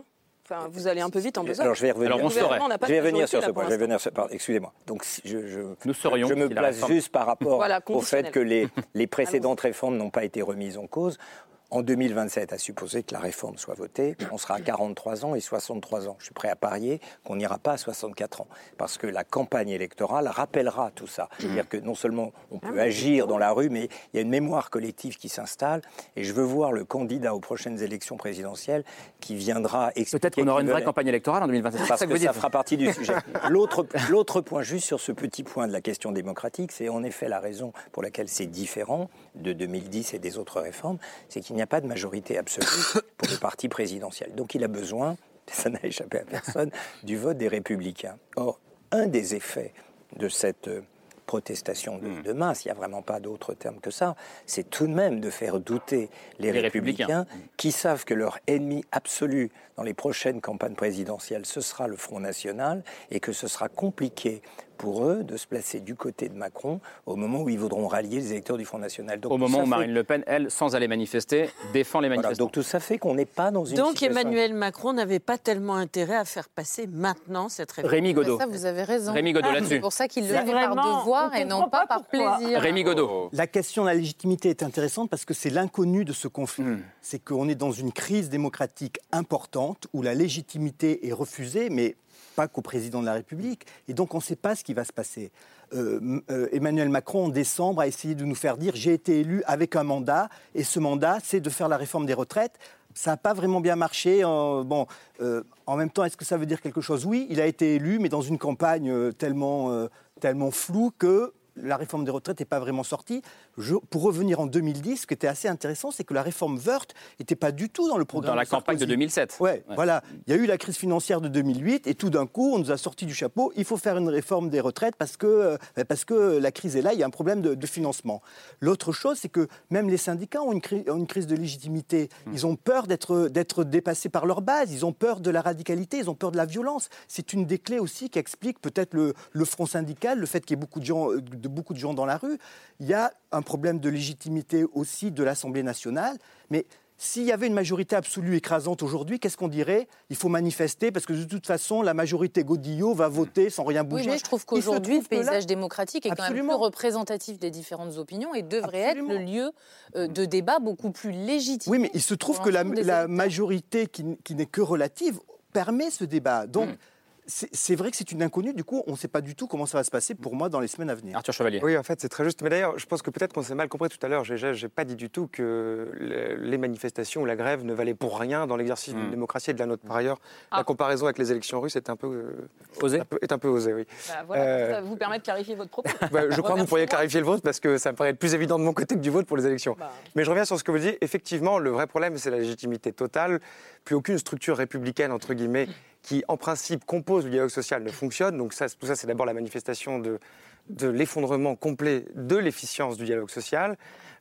Enfin, vous allez un peu vite en besogne. Alors, je vais revenir. Alors, on saurait. Je vais revenir sur ce point. Je vais venir sur... Pardon, excusez-moi. Donc, je, je, Nous serions je me place juste par rapport voilà, au fait que les, les précédentes réformes n'ont pas été remises en cause. En deux mille vingt-sept, à supposer que la réforme soit votée, on sera à quarante-trois ans et soixante-trois ans. Je suis prêt à parier qu'on n'ira pas à soixante-quatre ans. Parce que la campagne électorale rappellera tout ça. C'est-à-dire que non seulement on peut agir dans la rue, mais il y a une mémoire collective qui s'installe. Et je veux voir le candidat aux prochaines élections présidentielles qui viendra expliquer... Peut-être qu'on aura une vraie campagne électorale en deux mille vingt-sept. Parce que, que ça fera partie du sujet. L'autre, l'autre point, juste sur ce petit point de la question démocratique, c'est en effet la raison pour laquelle c'est différent de deux mille dix et des autres réformes, c'est qu'il Il n'y a pas de majorité absolue pour le parti présidentiel. Donc il a besoin, ça n'a échappé à personne, du vote des Républicains. Or, un des effets de cette protestation de, de masse, il n'y a vraiment pas d'autre terme que ça, c'est tout de même de faire douter les, les républicains, républicains qui savent que leur ennemi absolu dans les prochaines campagnes présidentielles, ce sera le Front National et que ce sera compliqué pour eux de se placer du côté de Macron au moment où ils voudront rallier les électeurs du Front National. Donc, au moment où fait... Marine Le Pen, elle, sans aller manifester, défend les manifestants. Voilà, donc tout ça fait qu'on n'est pas dans une donc situation... Donc Emmanuel Macron n'avait pas tellement intérêt à faire passer maintenant cette réforme. Rémi Godot. Ça, vous avez raison. Rémi Godot, ah, là-dessus. C'est pour ça qu'il le fait par devoir et non pas, pas par plaisir. Rémi Godot. La question de la légitimité est intéressante parce que c'est l'inconnu de ce conflit. Mmh. C'est qu'on est dans une crise démocratique importante où la légitimité est refusée, mais pas qu'au président de la République. Et donc, on ne sait pas ce qui va se passer. Euh, euh, Emmanuel Macron, en décembre, a essayé de nous faire dire « j'ai été élu avec un mandat » et ce mandat, c'est de faire la réforme des retraites. Ça n'a pas vraiment bien marché. Euh, bon, euh, en même temps, est-ce que ça veut dire quelque chose ? Oui, il a été élu, mais dans une campagne euh, tellement, euh, tellement floue que la réforme des retraites n'est pas vraiment sortie. Je, pour revenir en deux mille dix, ce qui était assez intéressant, c'est que la réforme Woerth n'était pas du tout dans le programme. Dans la de campagne de deux mille sept. Ouais, ouais, voilà. Il y a eu la crise financière de deux mille huit et tout d'un coup, on nous a sorti du chapeau. Il faut faire une réforme des retraites parce que, euh, parce que la crise est là, il y a un problème de, de financement. L'autre chose, c'est que même les syndicats ont une, cri- ont une crise de légitimité. Mmh. Ils ont peur d'être, d'être dépassés par leur base. Ils ont peur de la radicalité. Ils ont peur de la violence. C'est une des clés aussi qui explique peut-être le, le front syndical, le fait qu'il y ait beaucoup de gens, de, beaucoup de gens dans la rue. Il y a un problème de légitimité aussi de l'Assemblée nationale, mais s'il y avait une majorité absolue écrasante aujourd'hui, qu'est-ce qu'on dirait ? Il faut manifester parce que de toute façon, la majorité Godillot va voter sans rien bouger. Oui, moi je trouve qu'aujourd'hui, le paysage là... démocratique est Absolument. quand même plus représentatif des différentes opinions et devrait Absolument. être le lieu euh, de débat beaucoup plus légitime. Oui, mais il se trouve que la, la majorité qui, qui n'est que relative permet ce débat. Donc, mmh. C'est, c'est vrai que c'est une inconnue, du coup, on ne sait pas du tout comment ça va se passer pour moi dans les semaines à venir. Arthur Chevalier. Oui, en fait, c'est très juste. Mais d'ailleurs, je pense que peut-être qu'on s'est mal compris tout à l'heure. Je n'ai pas dit du tout que les manifestations ou la grève ne valaient pour rien dans l'exercice mmh. d'une démocratie et de la nôtre. Par ailleurs, ah. la comparaison avec les élections russes est un peu euh, osée. Est un peu osée, oui. Bah, voilà, euh, ça vous permet de clarifier votre propos. Bah, je crois que vous pourriez clarifier le vôtre parce que ça me paraît être plus évident de mon côté que du vôtre pour les élections. Bah. Mais je reviens sur ce que vous dites. Effectivement, le vrai problème, c'est la légitimité totale. Plus aucune structure républicaine, entre guillemets, qui, en principe, compose le dialogue social, ne fonctionne. Donc ça, tout ça, c'est d'abord la manifestation de, de l'effondrement complet de l'efficience du dialogue social.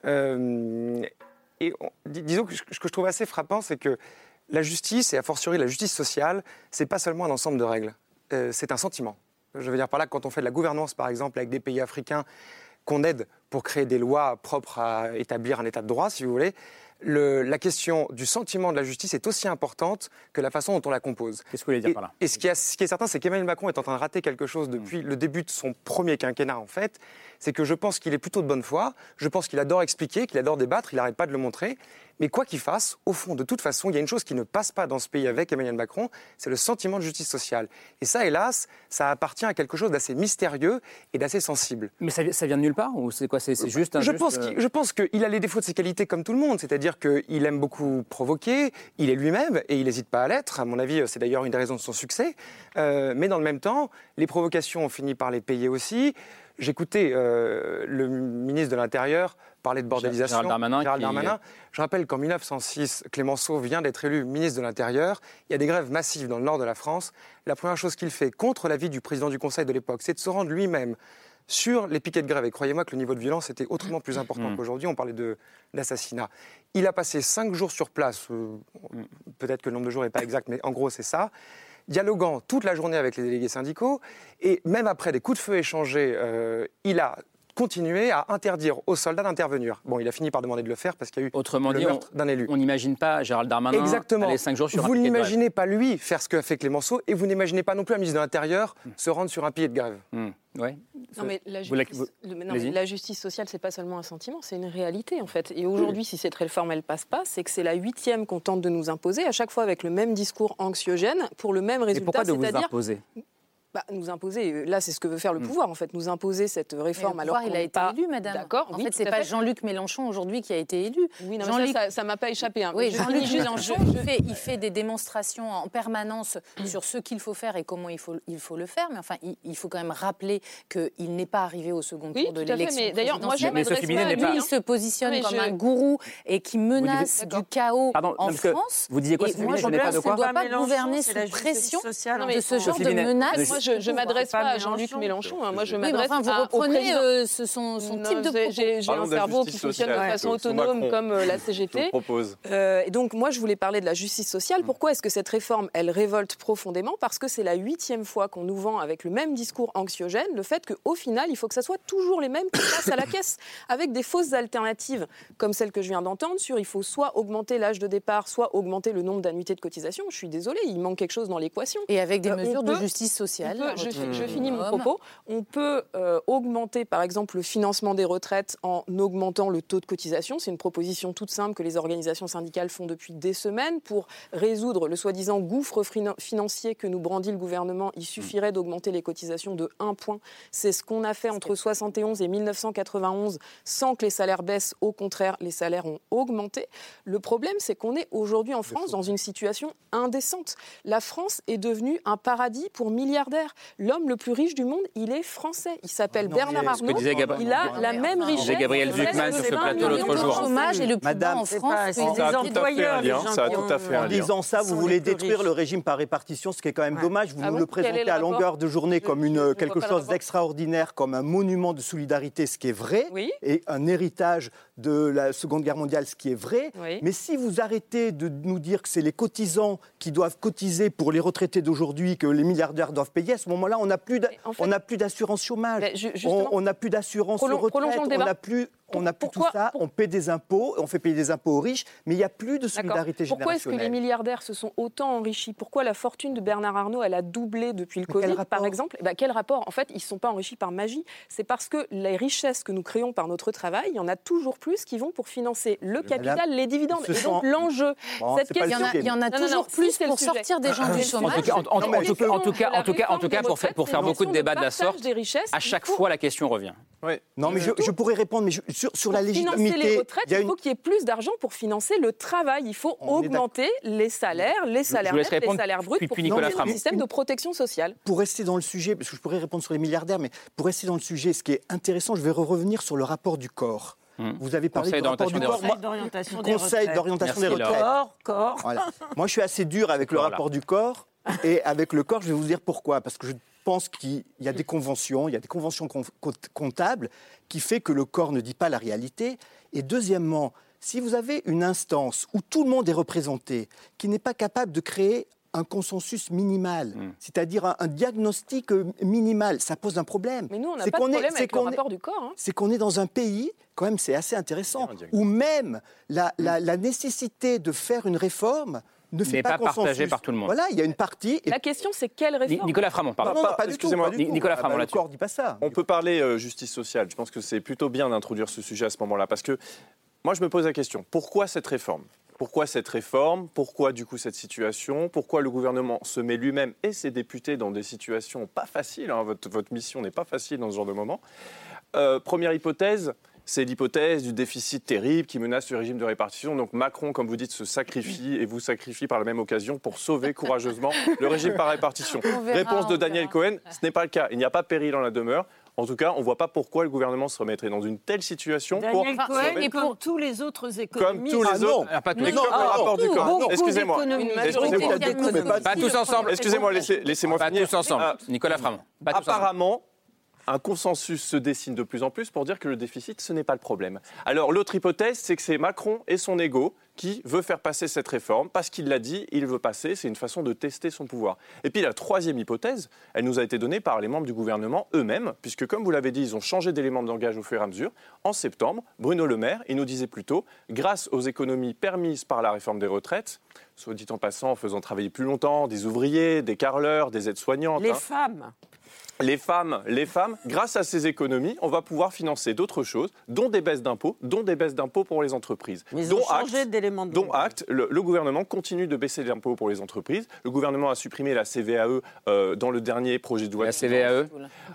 Euh, et on, disons que ce que je trouve assez frappant, c'est que la justice, et a fortiori la justice sociale, c'est pas seulement un ensemble de règles, euh, c'est un sentiment. Je veux dire par là, quand on fait de la gouvernance, par exemple, avec des pays africains, qu'on aide pour créer des lois propres à établir un état de droit, si vous voulez, Le, la question du sentiment de la justice est aussi importante que la façon dont on la compose. Qu'est-ce que vous voulez dire et, par là ? Et ce qui, a, ce qui est certain, c'est qu'Emmanuel Macron est en train de rater quelque chose depuis mmh. le début de son premier quinquennat, en fait. C'est que je pense qu'il est plutôt de bonne foi, je pense qu'il adore expliquer, qu'il adore débattre, il n'arrête pas de le montrer. Mais quoi qu'il fasse, au fond, de toute façon, il y a une chose qui ne passe pas dans ce pays avec Emmanuel Macron, c'est le sentiment de justice sociale. Et ça, hélas, ça appartient à quelque chose d'assez mystérieux et d'assez sensible. Mais ça, ça vient de nulle part ou c'est quoi ? C'est, c'est juste un je, juste... pense qu'il, je pense qu'il a les défauts de ses qualités comme tout le monde, c'est-à-dire qu'il aime beaucoup provoquer, il est lui-même et il n'hésite pas à l'être. À mon avis, c'est d'ailleurs une des raisons de son succès. Euh, mais dans le même temps, les provocations ont fini par les payer aussi. J'écoutais euh, le ministre de l'Intérieur parler de bordélisation. Gérald Darmanin. Gérald qui... Darmanin. Je rappelle qu'en mille neuf cent six, Clémenceau vient d'être élu ministre de l'Intérieur. Il y a des grèves massives dans le nord de la France. La première chose qu'il fait, contre l'avis du président du Conseil de l'époque, c'est de se rendre lui-même sur les piquets de grève. Et croyez-moi que le niveau de violence était autrement plus important mmh. qu'aujourd'hui. On parlait de, d'assassinat. Il a passé cinq jours sur place. Euh, peut-être que le nombre de jours n'est pas exact, mais en gros, c'est ça. Dialoguant toute la journée avec les délégués syndicaux. Et même après des coups de feu échangés, euh, il a continuer à interdire aux soldats d'intervenir. Bon, il a fini par demander de le faire parce qu'il y a eu Autrement le dit, meurtre d'un élu. On n'imagine pas Gérald Darmanin Exactement. aller cinq jours sur vous un pied de grève. n'imaginez pas lui faire ce qu'a fait Clémenceau et vous n'imaginez pas non plus un ministre de l'Intérieur mmh. se rendre sur un pied de grève. Mmh. Ouais. Non, mais la vous justice, vous... le, non, mais la justice sociale, c'est pas seulement un sentiment, c'est une réalité en fait. Et aujourd'hui, si cette réforme elle passe pas, c'est que c'est la huitième qu'on tente de nous imposer, à chaque fois avec le même discours anxiogène, pour le même résultat. Et pourquoi de vous c'est-à-dire... imposer Bah, nous imposer, là c'est ce que veut faire le pouvoir en fait, nous imposer cette réforme. Mais le pouvoir, alors il a été pas... élu, madame. D'accord. En oui, fait, c'est pas Jean-Luc Mélenchon aujourd'hui qui a été élu. Oui, non, Jean-Luc... ça, ça m'a pas échappé. Hein. Oui, Je Jean-Luc juste... Mélenchon, je... il, fait, il fait des démonstrations en permanence sur ce qu'il faut faire et comment il faut, il faut le faire. Mais enfin, il, il faut quand même rappeler qu'il n'est pas arrivé au second oui, tour de l'élection. Mais d'ailleurs, moi, je m'adresse pas à lui. Il se positionne mais comme je... un gourou et qui menace du chaos Pardon, en France. Vous disiez quoi, et moi, je pense qu'on ne doit pas gouverner sous pression de ce genre de menaces. Moi, je ne m'adresse pas à Jean-Luc Mélenchon. Moi, je m'adresse oui, enfin, vous à, reprenez au euh, ce, son, son type de propos. J'ai, j'ai un cerveau qui fonctionne de façon autonome comme euh, la C G T. Euh, et donc, moi, je voulais parler de la justice sociale. Pourquoi est-ce que cette réforme, elle révolte profondément ? Parce que c'est la huitième fois qu'on nous vend avec le même discours anxiogène le fait qu'au final, il faut que ça soit toujours les mêmes qui passent à la caisse, avec des fausses alternatives, comme celle que je viens d'entendre, sur il faut soit augmenter l'âge de départ, soit augmenter le nombre d'annuités de cotisation. Je suis désolée, il manque quelque chose dans l'équation. Et avec des euh, mesures peut, de justice sociale. Peut, je, je finis mon propos. On peut euh, augmenter, par exemple, le financement des retraites en augmentant le taux de cotisation. C'est une proposition toute simple que les organisations syndicales font depuis des semaines. Pour résoudre le soi-disant gouffre financier que nous brandit le gouvernement, il suffirait d'augmenter les cotisations de un point. C'est ce qu'on a fait entre soixante et onze et mille neuf cent quatre-vingt-onze sans que les salaires baissent. Au contraire, les salaires ont augmenté. Le problème, c'est qu'on est aujourd'hui en France dans une situation indécente. La France est devenue un paradis pour milliardaires. L'homme le plus riche du monde, il est français. Il s'appelle non, Bernard Arnault. Gab... Il a la même richesse. C'est Gabriel Zucman sur ce plateau l'autre jour. Le chômage est le plus bas en France. Ça a tout à fait un lien. Ça a tout à fait un lien. En disant ça, vous voulez détruire le régime par répartition, ce qui est quand même dommage. Vous nous le présentez à longueur de journée comme une quelque chose d'extraordinaire, comme un monument de solidarité, ce qui est vrai, et un héritage de la Seconde Guerre mondiale, ce qui est vrai. Mais si vous arrêtez de nous dire que c'est les cotisants qui doivent cotiser pour les retraités d'aujourd'hui, que les milliardaires doivent payer, à ce moment-là, on n'a plus plus d'assurance chômage, on n'a plus d'assurance retraite, on n'a plus... On n'a plus pourquoi, tout ça, on paie des impôts, on fait payer des impôts aux riches, mais il n'y a plus de solidarité générationnelle. Pourquoi est-ce que les milliardaires se sont autant enrichis ? Pourquoi la fortune de Bernard Arnault, elle a doublé depuis le mais Covid, par exemple ? Eh ben, quel rapport ? En fait, ils ne sont pas enrichis par magie. C'est parce que les richesses que nous créons par notre travail, il y en a toujours plus qui vont pour financer le capital, Madame, les dividendes. Et donc l'enjeu, bon, cette question... Il y en a, il y en a non, toujours non, non, plus si pour sortir des gens du chômage. En tout cas, en tout cas, en tout cas, pour faire, pour faire beaucoup de débats de la sorte, à chaque fois, la question revient. Non, mais je pourrais répondre, mais sur la légitimité. Les retraites, il, une... il faut qu'il y ait plus d'argent pour financer le travail. Il faut On augmenter les salaires, les salaires nets, les salaires bruts puis, pour puis financer un système de protection sociale. Pour rester dans le sujet, parce que je pourrais répondre sur les milliardaires, mais pour rester dans le sujet, ce qui est intéressant, je vais revenir sur le rapport du corps. Hum. Vous avez parlé Conseil du rapport du corps. Conseil d'orientation des Conseil retraites. d'orientation des retraites. Corps, corps. Voilà. Moi, je suis assez dur avec le voilà. rapport du corps. Et avec le corps, je vais vous dire pourquoi. Parce que je pense qu'il y a des conventions, il y a des conventions comptables qui fait que le corps ne dit pas la réalité. Et deuxièmement, si vous avez une instance où tout le monde est représenté, qui n'est pas capable de créer un consensus minimal, mmh. c'est-à-dire un, un diagnostic minimal, ça pose un problème. Mais nous, on n'a pas de problème est, avec le rapport est, du corps. Hein. C'est qu'on est dans un pays, quand même, c'est assez intéressant, où même la, la, la nécessité de faire une réforme ne fait pas, pas partagé par tout le monde. Voilà, il y a une partie... Et... La question, c'est quelle réforme ? Nicolas Framont, pardon. Non, non, pas, pas Excusez-moi, du tout. Nicolas Framont, là-dessus. Le corps dit pas ça. On peut parler euh, justice sociale. Je pense que c'est plutôt bien d'introduire ce sujet à ce moment-là. Parce que moi, je me pose la question, pourquoi cette réforme ? Pourquoi cette réforme ? Pourquoi, du coup, cette situation ? Pourquoi le gouvernement se met lui-même et ses députés dans des situations pas faciles, hein, votre, votre mission n'est pas facile dans ce genre de moment. Euh, première hypothèse, c'est l'hypothèse du déficit terrible qui menace le régime de répartition. Donc Macron, comme vous dites, se sacrifie et vous sacrifie par la même occasion pour sauver courageusement le régime par répartition. Verra, Réponse de Daniel Cohen, ce n'est pas le cas. Il n'y a pas péril en la demeure. En tout cas, on ne voit pas pourquoi le gouvernement se remettrait dans une telle situation. Daniel pour Cohen et pour tous les autres économistes. Comme tous les ah, autres. Ah, pas tous. Mais comme ah, le rapport du corps. Excusez-moi. Excusez-moi. Pas tous ensemble. Excusez-moi, laissez-moi pas finir. Pas tous ensemble. Nicolas Framont. Apparemment, un consensus se dessine de plus en plus pour dire que le déficit, ce n'est pas le problème. Alors l'autre hypothèse, c'est que c'est Macron et son ego qui veut faire passer cette réforme, parce qu'il l'a dit, il veut passer, c'est une façon de tester son pouvoir. Et puis la troisième hypothèse, elle nous a été donnée par les membres du gouvernement eux-mêmes, puisque comme vous l'avez dit, ils ont changé d'élément de langage au fur et à mesure. En septembre, Bruno Le Maire, il nous disait plutôt, grâce aux économies permises par la réforme des retraites, soit dit en passant, en faisant travailler plus longtemps des ouvriers, des carreleurs, des aides-soignantes. Les hein. femmes Les femmes, les femmes, grâce à ces économies, on va pouvoir financer d'autres choses, dont des baisses d'impôts, dont des baisses d'impôts pour les entreprises. Mais ils dont ont changé acte, d'élément de dont acte, le, le gouvernement continue de baisser les impôts pour les entreprises. Le gouvernement a supprimé la C V A E euh, dans le dernier projet de loi. La C V A E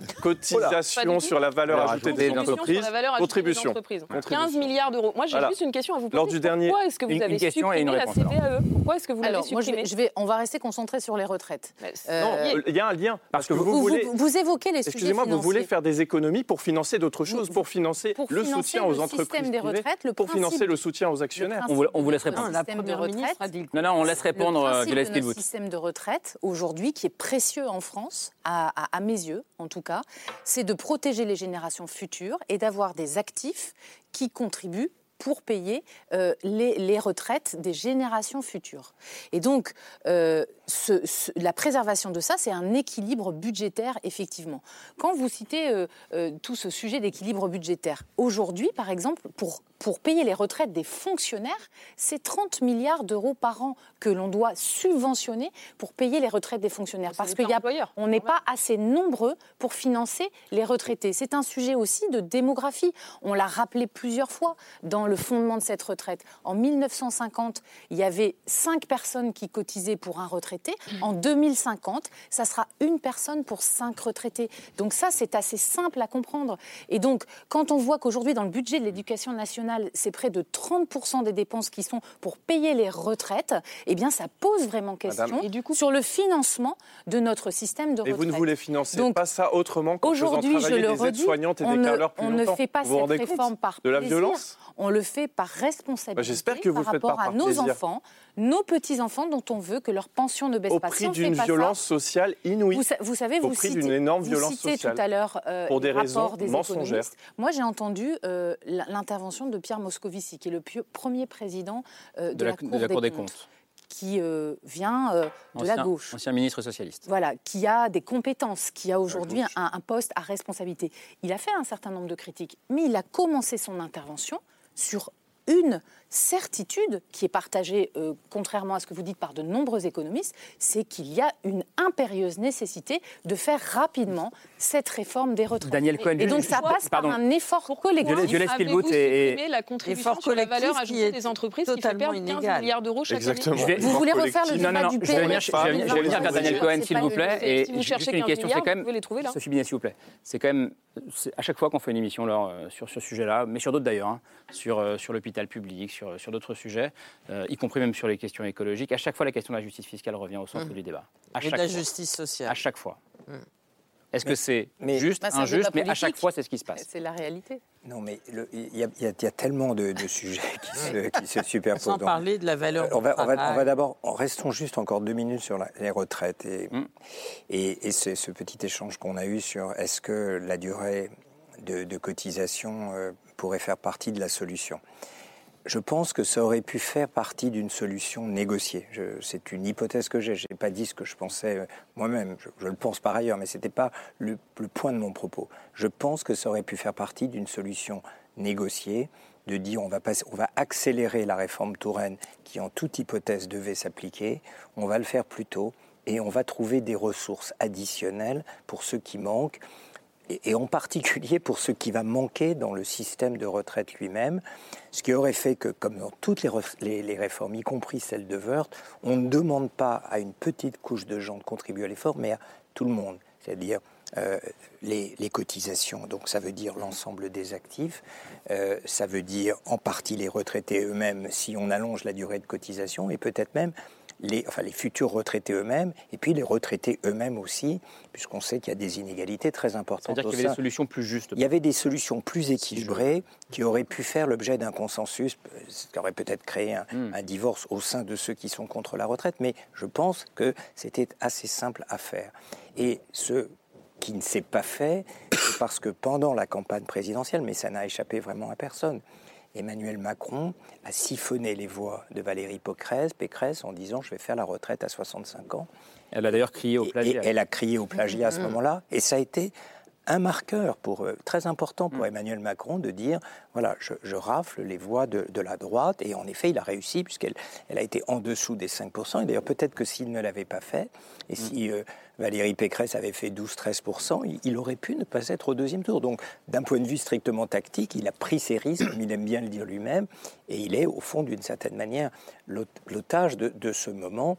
Cotisation sur la valeur ajoutée des entreprises. Contribution. Contribution. quinze milliards d'euros. Moi, j'ai Voilà. juste une question à vous poser. Lors du dernier- Pourquoi est-ce que vous Une- avez une question et une supprimé la C réponse, V A E Pourquoi est-ce que vous l'avez Alors, moi, je supprimée vais, je vais- on va rester concentré sur les retraites. Euh, Non, il y a un lien. Parce que vous, vous, voulez... vous- vous évoquez les sujets Excusez-moi, vous voulez financiers. faire des économies pour financer d'autres choses, pour financer pour le financer soutien le aux système entreprises des privées, retraites, le pour principe- financer le soutien aux actionnaires. On vous, on vous laisse Le répondre. La système de Première ministre retraite. a dit le Non, non, on laisse répondre Le euh, principe Gilles de notre Stillwood. système de retraite, aujourd'hui, qui est précieux en France, à, à- à mes yeux en tout cas, c'est de protéger les générations futures et d'avoir des actifs qui contribuent pour payer euh, les, les retraites des générations futures. Et donc, euh, ce, ce- la préservation de ça, c'est un équilibre budgétaire, effectivement. Quand vous citez euh, euh, tout ce sujet d'équilibre budgétaire, aujourd'hui, par exemple, pour, pour payer les retraites des fonctionnaires, c'est trente milliards d'euros par an que l'on doit subventionner pour payer les retraites des fonctionnaires. Parce qu'on n'est pas assez nombreux pour financer les retraités. C'est un sujet aussi de démographie. On l'a rappelé plusieurs fois dans le fondement de cette retraite. En mille neuf cent cinquante, il y avait cinq personnes qui cotisaient pour un retraité. En deux mille cinquante, ça sera une personne pour cinq retraités. Donc ça, c'est assez simple à comprendre. Et donc, quand on voit qu'aujourd'hui, dans le budget de l'éducation nationale, c'est près de trente pour cent des dépenses qui sont pour payer les retraites, eh bien, ça pose vraiment question Madame. et du coup, sur le financement de notre système de Et retraite. vous ne voulez financer Donc, pas ça autrement qu'en faisant aujourd'hui, je travailler le des redis, aides-soignantes et on des ne, carreleurs plus on longtemps. ne fait pas Vous vous cette rendez réforme compte par de la plaisir. violence? On le fait par responsabilité, Bah, j'espère que vous par le faites rapport pas à par nos plaisir. enfants, nos petits-enfants dont on veut que leur pension ne baisse Au pas. Si prix on fait d'une pas ça- violence sociale inouïe. Vous, sa- vous savez, Au vous prix citez, d'une énorme vous violence citez sociale. tout à l'heure euh, Pour des les raisons rapports des mensongères. économistes. Moi, j'ai entendu euh, l- l'intervention de Pierre Moscovici, qui est le pu- premier président euh, de, De la, la Cour, de la Cour des, des comptes, comptes. qui euh, vient euh, de Ancien- la gauche. Ancien ministre socialiste. Voilà, qui a des compétences, qui a aujourd'hui un, un poste à responsabilité. Il a fait un certain nombre de critiques, mais il a commencé son intervention sur une certitude qui est partagée, euh, contrairement à ce que vous dites par de nombreux économistes, c'est qu'il y a une impérieuse nécessité de faire rapidement cette réforme des retraites. Daniel Cohen, et donc je- ça passe pardon. par un effort collectif. Violet- Violet Stillwood Avez-vous et- supprimé la contribution Effort sur la collectif valeur qui ajoutée est des entreprises qui fait totalement perdre quinze inégal. milliards d'euros chaque Exactement. année Je vais- Vous voulez refaire le Non, débat non, non, du je vais venir, je vais venir- je vais venir vers Daniel Cohen, C'est s'il pas vous le- plaît. si Et vous juste cherchez une quinze question, c'est milliards, quand vous même, pouvez les trouver là. Sophie Binet, s'il vous plaît. C'est quand même, c'est à chaque fois qu'on fait une émission là, euh, sur ce sujet-là, mais sur d'autres d'ailleurs, hein, sur, euh, sur l'hôpital public, sur, sur d'autres sujets, euh, y compris même sur les questions écologiques, à chaque fois la question de la justice fiscale revient au centre Mmh. du débat. À Et de chaque la fois. justice sociale. À chaque fois. Mmh. Est-ce que c'est juste, Bah, c'est un injuste, débat mais à chaque politique. fois c'est ce qui se passe? C'est la réalité. Non, mais le- il y, a- il y a- il y a tellement de, de sujets qui se, qui se superposent. Sans Donc, parler de la valeur euh, du on va, on va, travail. on va d'abord, restons juste encore deux minutes sur la- les retraites et, Mm. et, et ce, ce petit échange qu'on a eu sur est-ce que la durée de, de cotisation euh, pourrait faire partie de la solution. Je pense que ça aurait pu faire partie d'une solution négociée. Je- C'est une hypothèse que j'ai. Je n'ai pas dit ce que je pensais euh, moi-même. Je, je le pense par ailleurs, mais ce n'était pas le, le point de mon propos. Je pense que ça aurait pu faire partie d'une solution négociée, de dire on va, passer, on va accélérer la réforme Touraine qui, en toute hypothèse, devait s'appliquer. On va le faire plus tôt et on va trouver des ressources additionnelles pour ceux qui manquent. Et en particulier pour ce qui va manquer dans le système de retraite lui-même, ce qui aurait fait que, comme dans toutes les, re- les, les réformes, y compris celle de Woerth, on ne demande pas à une petite couche de gens de contribuer à l'effort, mais à tout le monde, c'est-à-dire euh, les, les cotisations, donc ça veut dire l'ensemble des actifs, euh, ça veut dire en partie les retraités eux-mêmes si on allonge la durée de cotisation, et peut-être même Les, enfin, les futurs retraités eux-mêmes, et puis les retraités eux-mêmes aussi, puisqu'on sait qu'il y a des inégalités très importantes. C'est-à-dire qu'il y avait des solutions plus justes. Il y avait des solutions plus équilibrées qui auraient pu faire l'objet d'un consensus, ce qui aurait peut-être créé un, Mm. un divorce au sein de ceux qui sont contre la retraite, mais je pense que c'était assez simple à faire. Et ce qui ne s'est pas fait, c'est parce que pendant la campagne présidentielle, mais ça n'a échappé vraiment à personne, Emmanuel Macron a siphonné les voix de Valérie Pécresse, Pécresse en disant « je vais faire la retraite à soixante-cinq ans ». Elle a d'ailleurs crié au plagiat. Et, et elle a crié au plagiat à ce moment-là, et ça a été un marqueur pour, euh, très important pour mmh. Emmanuel Macron de dire voilà, je, je rafle les voix de, de la droite, et en effet, il a réussi, puisqu'elle elle a été en dessous des cinq pour cent, et d'ailleurs, peut-être que s'il ne l'avait pas fait, et mmh. si euh, Valérie Pécresse avait fait douze à treize pour cent, il, il aurait pu ne pas être au deuxième tour. Donc, d'un point de vue strictement tactique, il a pris ses risques, comme il aime bien le dire lui-même, et il est, au fond, d'une certaine manière, l'otage de, de ce moment,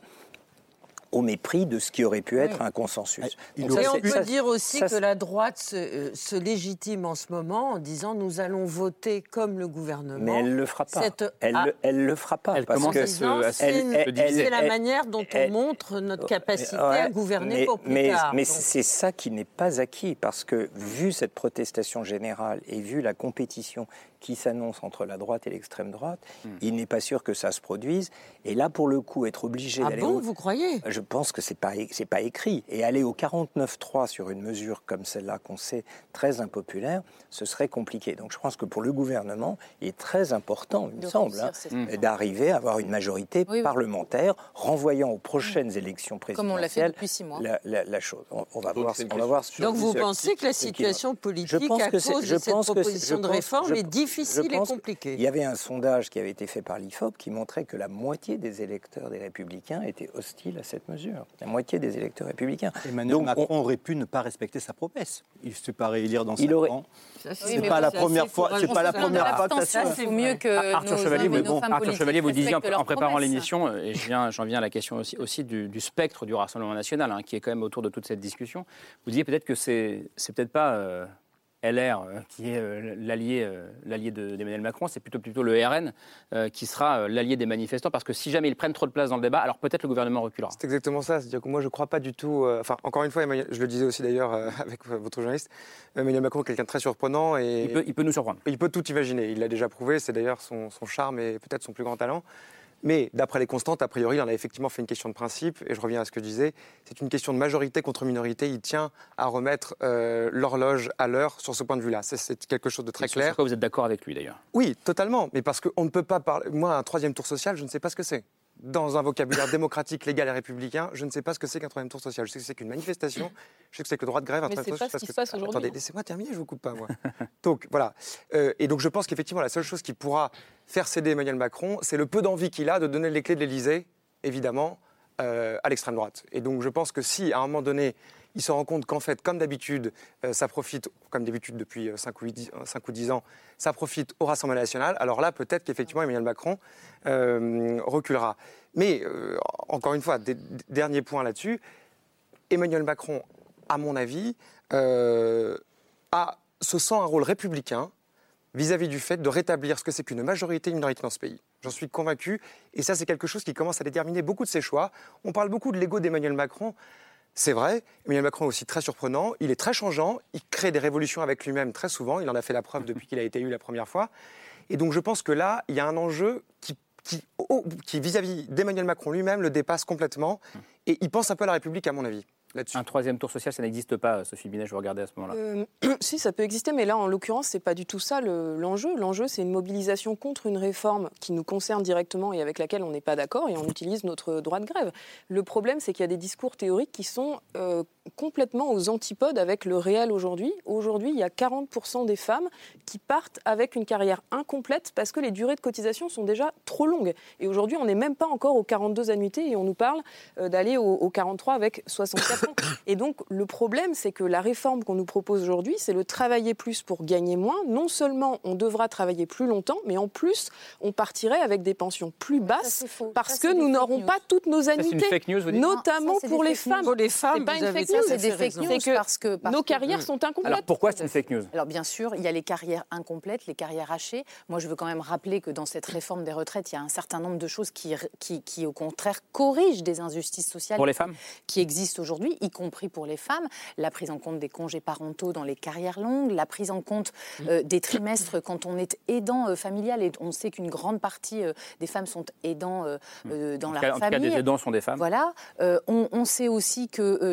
au mépris de ce qui aurait pu être oui. un consensus. Et ça, on peut ça, dire aussi ça, que la droite se, euh, se légitime en ce moment en disant nous allons voter comme le gouvernement. Mais elle ne le fera pas. Cette... Elle ne ah. le fera pas. Elle parce commence que à se... C'est la elle, manière dont on elle, montre notre capacité ouais, à gouverner mais, pour plus mais, tard. Mais donc. c'est ça qui n'est pas acquis, parce que vu cette protestation générale et vu la compétition qui s'annonce entre la droite et l'extrême droite, hmm. il n'est pas sûr que ça se produise. Et là, pour le coup, être obligé ah d'aller... Ah bon, au... vous croyez ? Je pense que ce n'est pas, c'est pas écrit. Et aller au quarante-neuf trois sur une mesure comme celle-là, qu'on sait très impopulaire, ce serait compliqué. Donc je pense que pour le gouvernement, il est très important, il me semble, hein, d'arriver à avoir une majorité oui, oui. parlementaire, renvoyant aux prochaines mmh. élections présidentielles Comme on l'a fait depuis six mois. La, la, la chose. On, on, va voir, on va voir... Donc vous pensez que la situation politique, à cause de cette proposition de réforme, est difficile difficile et compliqué. Il y avait un sondage qui avait été fait par l'I F O P qui montrait que la moitié des électeurs des Républicains étaient hostiles à cette mesure. La moitié des électeurs républicains. Emmanuel Donc, Macron on... aurait pu ne pas respecter sa promesse. Il se pas réélire dans cinq aurait... ans. Ça, c'est oui, pas la première fois. C'est pas la première fois que ça se fait. mieux que ah, Arthur nos Chevalier, hommes et nos bon, femmes Arthur Chevalier, vous disiez en, en préparant promesses. l'émission, et je viens, j'en viens à la question aussi, aussi du, du spectre du Rassemblement national, hein, qui est quand même autour de toute cette discussion. Vous disiez peut-être que c'est, c'est peut-être pas. Euh, L R, euh, qui est euh, l'allié, euh, l'allié de, d'Emmanuel Macron, c'est plutôt, plutôt le R N euh, qui sera euh, l'allié des manifestants, parce que si jamais ils prennent trop de place dans le débat, alors peut-être le gouvernement reculera. C'est exactement ça, c'est-à-dire que moi je ne crois pas du tout, euh, enfin encore une fois, Emmanuel, je le disais aussi d'ailleurs euh, avec votre journaliste, Emmanuel Macron est quelqu'un de très surprenant et... Il peut, il peut nous surprendre. Il peut tout imaginer, il l'a déjà prouvé, c'est d'ailleurs son, son charme et peut-être son plus grand talent. Mais d'après les constantes, a priori, il en a effectivement fait une question de principe. Et je reviens à ce que je disais, c'est une question de majorité contre minorité. Il tient à remettre euh, l'horloge à l'heure sur ce point de vue-là. C'est, c'est quelque chose de très et clair. Sur quoi vous êtes d'accord avec lui, d'ailleurs ? Oui, totalement. Mais parce qu'on ne peut pas parler... Moi, un troisième tour social, je ne sais pas ce que c'est. Dans un vocabulaire démocratique, légal et républicain, je ne sais pas ce que c'est qu'un troisième tour social. Je sais que c'est qu'une manifestation, je sais que c'est que le droit de grève. Un Mais c'est pas ce qui se passe aujourd'hui. Attendez, laissez-moi terminer, je ne vous coupe pas, moi. Donc, voilà. Euh, et donc, je pense qu'effectivement, la seule chose qui pourra faire céder Emmanuel Macron, c'est le peu d'envie qu'il a de donner les clés de l'Élysée, évidemment, euh, à l'extrême droite. Et donc, je pense que si, à un moment donné, il se rend compte qu'en fait, comme d'habitude, euh, ça profite, comme d'habitude depuis cinq ou dix ans, ça profite au Rassemblement national, alors là, peut-être qu'effectivement, Emmanuel Macron euh, reculera. Mais, euh, encore une fois, des, des derniers points là-dessus, Emmanuel Macron, à mon avis, euh, a, se sent un rôle républicain vis-à-vis du fait de rétablir ce que c'est qu'une majorité et une minorité dans ce pays. J'en suis convaincu, et ça, c'est quelque chose qui commence à déterminer beaucoup de ses choix. On parle beaucoup de l'ego d'Emmanuel Macron. C'est vrai, Emmanuel Macron est aussi très surprenant, il est très changeant, il crée des révolutions avec lui-même très souvent, il en a fait la preuve depuis qu'il a été élu la première fois. Et donc je pense que là, il y a un enjeu qui, qui, oh, qui vis-à-vis d'Emmanuel Macron lui-même, le dépasse complètement, et il pense un peu à la République, à mon avis. Là-dessus. Un troisième tour social, ça n'existe pas, Sophie Binet, je vous regardais à ce moment-là. Euh, si, ça peut exister, mais là, en l'occurrence, c'est pas du tout ça le, l'enjeu. L'enjeu, c'est une mobilisation contre une réforme qui nous concerne directement et avec laquelle on n'est pas d'accord, et on utilise notre droit de grève. Le problème, c'est qu'il y a des discours théoriques qui sont euh, complètement aux antipodes avec le réel aujourd'hui. Aujourd'hui, il y a quarante pour cent des femmes qui partent avec une carrière incomplète parce que les durées de cotisation sont déjà trop longues. Et aujourd'hui, on n'est même pas encore aux quarante-deux annuités et on nous parle euh, d'aller aux au quarante-trois avec soixante-quatre. Et donc, le problème, c'est que la réforme qu'on nous propose aujourd'hui, c'est le travailler plus pour gagner moins. Non seulement on devra travailler plus longtemps, mais en plus, on partirait avec des pensions plus basses parce ça, que nous n'aurons pas toutes nos annuités, ça, c'est une fake news, vous dites ? Notamment ça, pour les femmes. Pour les femmes, c'est pas une fake news, news, c'est des fake news c'est que parce que parce nos que, carrières mmh. sont incomplètes. Alors pourquoi c'est une fake news ? Alors bien sûr, il y a les carrières incomplètes, les carrières hachées. Moi, je veux quand même rappeler que dans cette réforme des retraites, il y a un certain nombre de choses qui, qui, qui au contraire, corrigent des injustices sociales pour les femmes qui existent aujourd'hui, y compris pour les femmes. La prise en compte des congés parentaux dans les carrières longues, la prise en compte euh, des trimestres quand on est aidant euh, familial. Et on sait qu'une grande partie euh, des femmes sont aidants euh, euh, dans en la cas, famille. En tout cas, des aidants sont des femmes. Voilà. Euh, on, on sait aussi que euh, le, le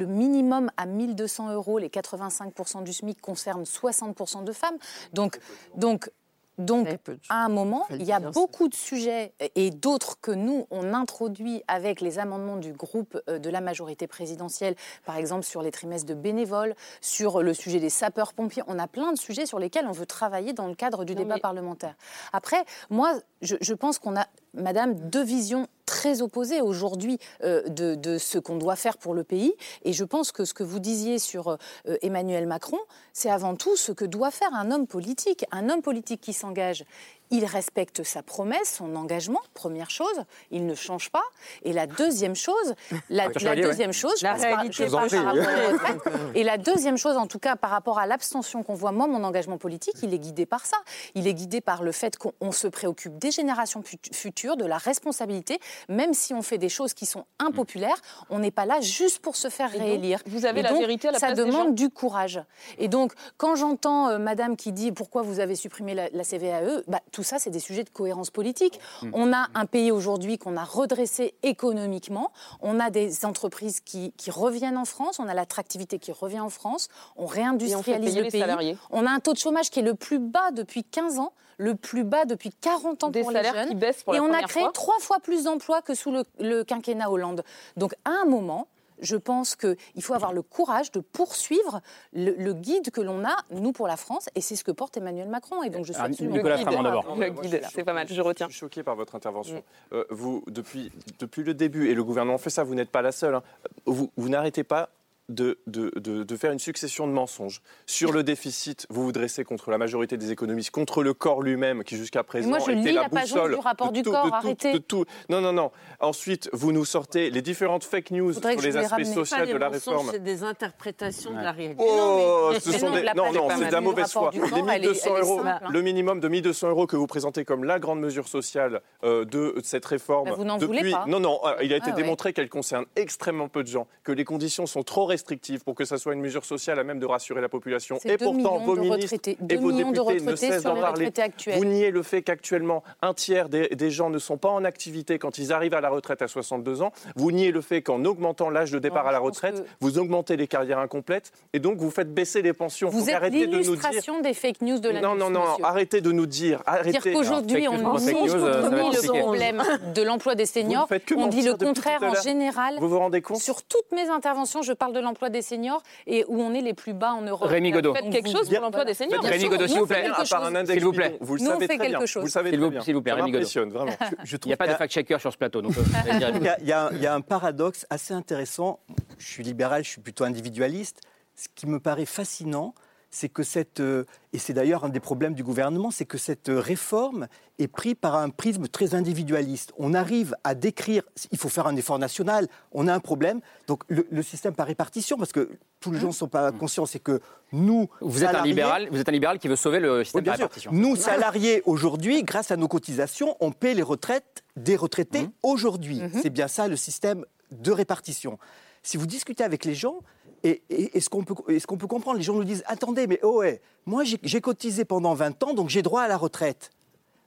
le minimum à mille deux cents euros, les quatre-vingt-cinq pour cent du SMIC concernent soixante pour cent de femmes. Donc, donc Donc, à un moment, il y a beaucoup de sujets et d'autres que nous, on introduit avec les amendements du groupe de la majorité présidentielle, par exemple sur les trimestres de bénévoles, sur le sujet des sapeurs-pompiers. On a plein de sujets sur lesquels on veut travailler dans le cadre du non, débat mais... parlementaire. Après, moi, je, je pense qu'on a, madame, deux visions très opposées aujourd'hui euh, de, de ce qu'on doit faire pour le pays. Et je pense que ce que vous disiez sur euh, Emmanuel Macron, c'est avant tout ce que doit faire un homme politique. Un homme politique qui s'engage, il respecte sa promesse, son engagement, première chose, il ne change pas. Et la deuxième chose, la, la deuxième ouais. chose, la réalité par, par rapport aux retraites, et la deuxième chose, en tout cas, par rapport à l'abstention qu'on voit, moi, mon engagement politique, il est guidé par ça. Il est guidé par le fait qu'on se préoccupe des générations futures, de la responsabilité, même si on fait des choses qui sont impopulaires, on n'est pas là juste pour se faire et réélire. Donc, vous avez et la donc, vérité à la ça place des gens. Ça demande du courage. Et donc, quand j'entends euh, madame qui dit pourquoi vous avez supprimé la, la C V A E, bah, tout ça, c'est des sujets de cohérence politique. Mmh. On a un pays aujourd'hui qu'on a redressé économiquement. On a des entreprises qui, qui reviennent en France. On a l'attractivité qui revient en France. On réindustrialise on le pays. Salariés. On a un taux de chômage qui est le plus bas depuis quinze ans, le plus bas depuis quarante ans des pour les jeunes. Qui baissent pour et la on a créé fois. trois fois plus d'emplois que sous le, le quinquennat Hollande. Donc, à un moment, je pense qu'il faut avoir le courage de poursuivre le, le guide que l'on a, nous, pour la France, et c'est ce que porte Emmanuel Macron. Et donc, je suis ah, absolument... Nicolas Framand d'abord. Le guide, c'est pas mal, je retiens. Je suis choqué par votre intervention. Mm. Euh, vous, depuis, depuis le début, et le gouvernement fait ça, vous n'êtes pas la seule, hein, vous, vous n'arrêtez pas De, de, de, de faire une succession de mensonges. Sur le déficit, vous vous dressez contre la majorité des économistes, contre le corps lui-même, qui jusqu'à présent moi, je était lis la, la page boussole du rapport de du tout, corps, de tout, arrêtez. De tout. Non, non, non. Ensuite, vous nous sortez les différentes fake news sur les aspects sociaux de la réforme. C'est des interprétations ouais. de la réalité. Oh, non, ce sont des... non, non, c'est de la mauvaise foi. Les mille deux cents euros, le minimum de mille deux cents euros que vous présentez comme la grande mesure sociale euh, de cette réforme. Bah, vous n'en depuis... voulez pas. Non, non, il a été ah, démontré ouais. qu'elle concerne extrêmement peu de gens, que les conditions sont trop restrictives pour que ça soit une mesure sociale à même de rassurer la population. C'est et pourtant, vos ministres et vos députés ne cessent d'en parler. Vous niez le fait qu'actuellement, un tiers des, des gens ne sont pas en activité quand ils arrivent à la retraite à soixante-deux ans. Vous niez le fait qu'en augmentant l'âge de départ non, à la retraite, que... vous augmentez les carrières incomplètes et donc vous faites baisser les pensions. Vous donc, êtes arrêtez l'illustration de nous dire... des fake news de la Non, non, non, monsieur. arrêtez de nous dire... Arrêtez. Dire qu'aujourd'hui, on nie le problème de l'emploi des seniors. On dit le contraire en général. Vous vous rendez compte ? Sur toutes mes interventions, je parle de l'emploi des seniors et où on est les plus bas en Europe. Rémi Godot. Faites quelque chose pour l'emploi des seniors. Rémi Godot, s'il vous plaît. À part un index s'il vous plaît. Vous le savez très bien. Vous le savez très bien. S'il vous plaît, Rémi Godot. Ça m'impressionne, vraiment. Il n'y a pas de fact-checker sur ce plateau. Donc, il, y a, il y a un paradoxe assez intéressant. Je suis libéral, je suis plutôt individualiste. Ce qui me paraît fascinant, c'est que cette, et c'est d'ailleurs un des problèmes du gouvernement, c'est que cette réforme est prise par un prisme très individualiste. On arrive à décrire, il faut faire un effort national, on a un problème, donc le, le système par répartition, parce que tous les gens ne sont pas conscients, c'est que nous, vous êtes, un libéral, vous êtes un libéral qui veut sauver le système oui, par répartition. Sûr. Nous, salariés, aujourd'hui, grâce à nos cotisations, on paie les retraites des retraités mmh. aujourd'hui. Mmh. C'est bien ça le système de répartition. Si vous discutez avec les gens, Et, et, est-ce qu'on peut, est-ce qu'on peut comprendre ? Les gens nous disent « Attendez, mais oh ouais, moi j'ai, j'ai cotisé pendant vingt ans, donc j'ai droit à la retraite. Euh, »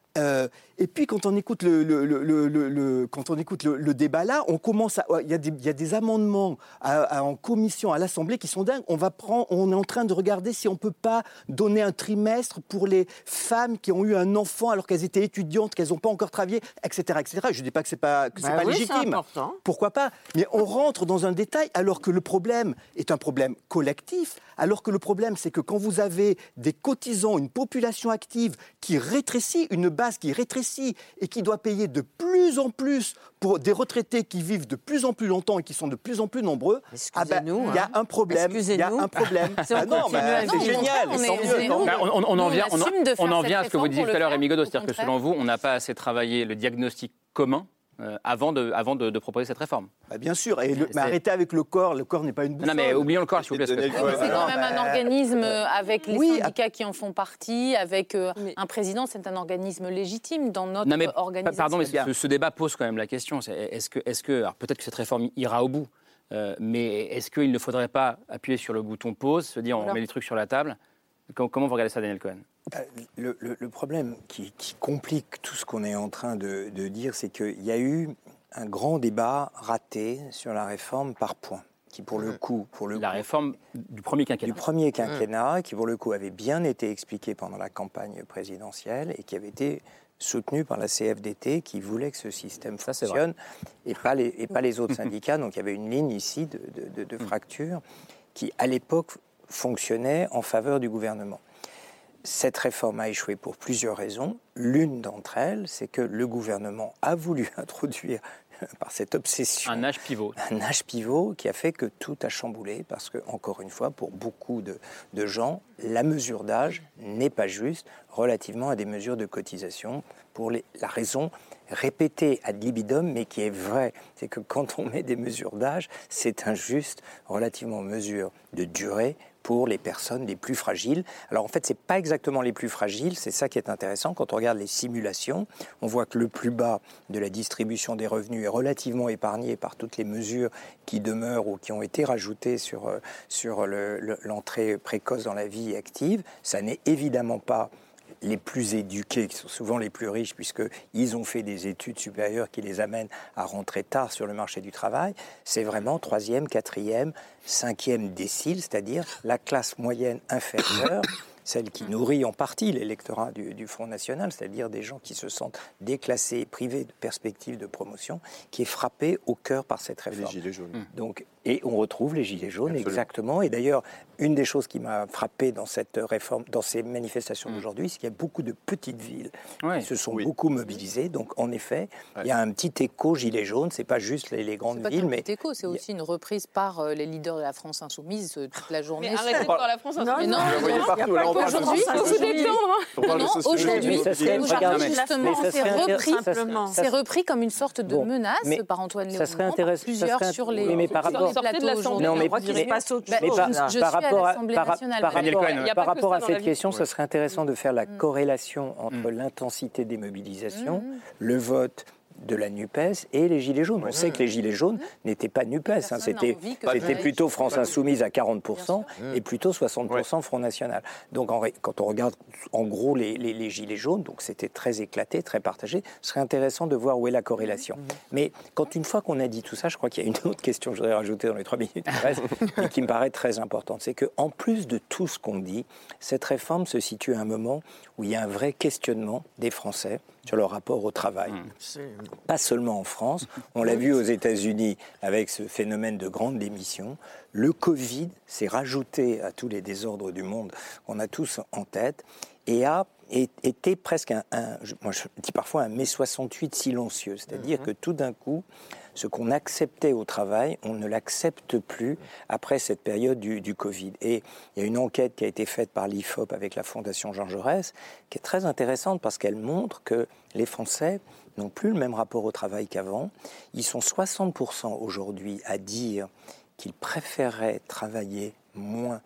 Et puis quand on écoute le, le, le, le, le, quand on écoute le, le débat là, on commence à, il y a des, il y a des amendements à, à, en commission à l'Assemblée qui sont dingues. On va prendre, on est en train de regarder si on peut pas donner un trimestre pour les femmes qui ont eu un enfant alors qu'elles étaient étudiantes, qu'elles n'ont pas encore travaillé, et cetera, et cetera. Je dis pas que c'est pas que c'est bah pas oui, légitime. C'est Pourquoi pas ? Mais on rentre dans un détail alors que le problème est un problème collectif. Alors que le problème, c'est que quand vous avez des cotisants, une population active qui rétrécit, une base qui rétrécit et qui doit payer de plus en plus pour des retraités qui vivent de plus en plus longtemps et qui sont de plus en plus nombreux, ah ben, il y a un problème. Il y a un problème. Ah non, ben, c'est génial. On, est, on, on, on en vient, on, on en vient à ce que vous disiez tout à l'heure, Rémi Godot, c'est-à-dire que selon vous, on n'a pas assez travaillé le diagnostic commun Euh, avant, de, avant de, de proposer cette réforme. Bah bien sûr, et le, mais arrêtez avec le corps, le corps n'est pas une boussole. Non mais oublions le corps, s'il vous plaît. Oui, c'est quand même un organisme avec les oui, syndicats qui en font partie, avec euh, mais... un président, c'est un organisme légitime dans notre non, mais, organisation. Pardon, mais ce, ce débat pose quand même la question, c'est, est-ce que, est-ce que alors peut-être que cette réforme ira au bout, euh, mais est-ce qu'il ne faudrait pas appuyer sur le bouton pause, se dire voilà. on met les trucs sur la table ? Comment, comment vous regardez ça, Daniel Cohen ? Le, le, le problème qui, qui complique tout ce qu'on est en train de, de dire, c'est qu'il y a eu un grand débat raté sur la réforme par points. qui pour le coup... Pour le la coup, réforme du premier quinquennat. Du premier quinquennat, qui pour le coup avait bien été expliqué pendant la campagne présidentielle et qui avait été soutenu par la C F D T qui voulait que ce système Ça, fonctionne et pas, les, et pas les autres syndicats. Donc il y avait une ligne ici de, de, de, de fracture qui, à l'époque, fonctionnait en faveur du gouvernement. Cette réforme a échoué pour plusieurs raisons. L'une d'entre elles, c'est que le gouvernement a voulu introduire par cette obsession. Un âge pivot. Un âge pivot qui a fait que tout a chamboulé parce que, encore une fois, pour beaucoup de, de gens, la mesure d'âge n'est pas juste relativement à des mesures de cotisation pour les, la raison répétée ad libidum, mais qui est vraie. C'est que quand on met des mesures d'âge, c'est injuste relativement aux mesures de durée pour les personnes les plus fragiles. Alors en fait, ce n'est pas exactement les plus fragiles, c'est ça qui est intéressant. Quand on regarde les simulations, on voit que le plus bas de la distribution des revenus est relativement épargné par toutes les mesures qui demeurent ou qui ont été rajoutées sur, sur le, le, l'entrée précoce dans la vie active. Ça n'est évidemment pas les plus éduqués, qui sont souvent les plus riches, puisqu'ils ont fait des études supérieures qui les amènent à rentrer tard sur le marché du travail. C'est vraiment troisième, quatrième, cinquième décile, c'est-à-dire la classe moyenne inférieure, celle qui nourrit en partie l'électorat du, du Front National, c'est-à-dire des gens qui se sentent déclassés, privés de perspectives de promotion, qui est frappée au cœur par cette réforme. Les gilets jaunes. Donc, et on retrouve les gilets jaunes, Absolument. exactement. Et d'ailleurs, une des choses qui m'a frappé dans cette réforme, dans ces manifestations d'aujourd'hui, c'est qu'il y a beaucoup de petites villes ouais. qui se sont oui. beaucoup mobilisées. Donc, en effet, ouais. il y a un petit écho gilets jaunes. C'est pas juste les, les grandes c'est villes, pas mais un petit écho, c'est aussi une reprise par euh, les leaders de la France insoumise euh, toute la journée. Mais arrêtez de voir la France insoumise. Non, non, Vous voyez partout, là, on parle de aujourd'hui, sociologie. faut se détendre. On parle de Non, sociologie. aujourd'hui, Mais ça serait- aujourd'hui, regarde, mais- justement, mais ça c'est serait repris, intéressant, ça serait- ça c'est repris comme une sorte de Bon, menace mais par Antoine ça serait Léaumont, par intéressant- plusieurs ça serait- sur les, oui, mais par sur rapport- les plateaux de aujourd'hui. Non, mais- Je crois qu'il mais- se passe autre Bah, Mais chose. par, je- là. je suis par à rapport à, l'Assemblée par, nationale, par Daniel rapport, Cohen, ouais. Il y a par pas que rapport ça à dans cette la vie. question, ce Ouais. serait intéressant de faire la Mm. corrélation entre Mm. l'intensité des mobilisations, le vote de la NUPES et les Gilets jaunes. On sait que les Gilets jaunes n'étaient pas NUPES, hein, Personne c'était, n'a envie que c'était ça plutôt aille France jusqu'au- Insoumise à quarante pour cent Bien et plutôt soixante pour cent Front National. Donc en ré- quand on regarde en gros les, les- les Gilets jaunes, donc c'était très éclaté, très partagé, ce serait intéressant de voir où est la corrélation. Mais quand une fois qu'on a dit tout ça, je crois qu'il y a une autre question que je voudrais rajouter dans les trois minutes qui restent et qui me paraît très importante, c'est qu'en plus de tout ce qu'on dit, cette réforme se situe à un moment où il y a un vrai questionnement des Français sur leur rapport au travail. Pas seulement en France, on l'a vu aux États-Unis avec ce phénomène de grande démission. Le Covid s'est rajouté à tous les désordres du monde qu'on a tous en tête et a été presque un, un moi je dis parfois un mai soixante-huit silencieux, c'est-à-dire que tout d'un coup, ce qu'on acceptait au travail, on ne l'accepte plus après cette période du, du Covid. Et il y a une enquête qui a été faite par l'I F O P avec la Fondation Jean Jaurès, qui est très intéressante parce qu'elle montre que les Français n'ont plus le même rapport au travail qu'avant. Ils sont soixante pour cent aujourd'hui à dire qu'ils préféraient travailler moins,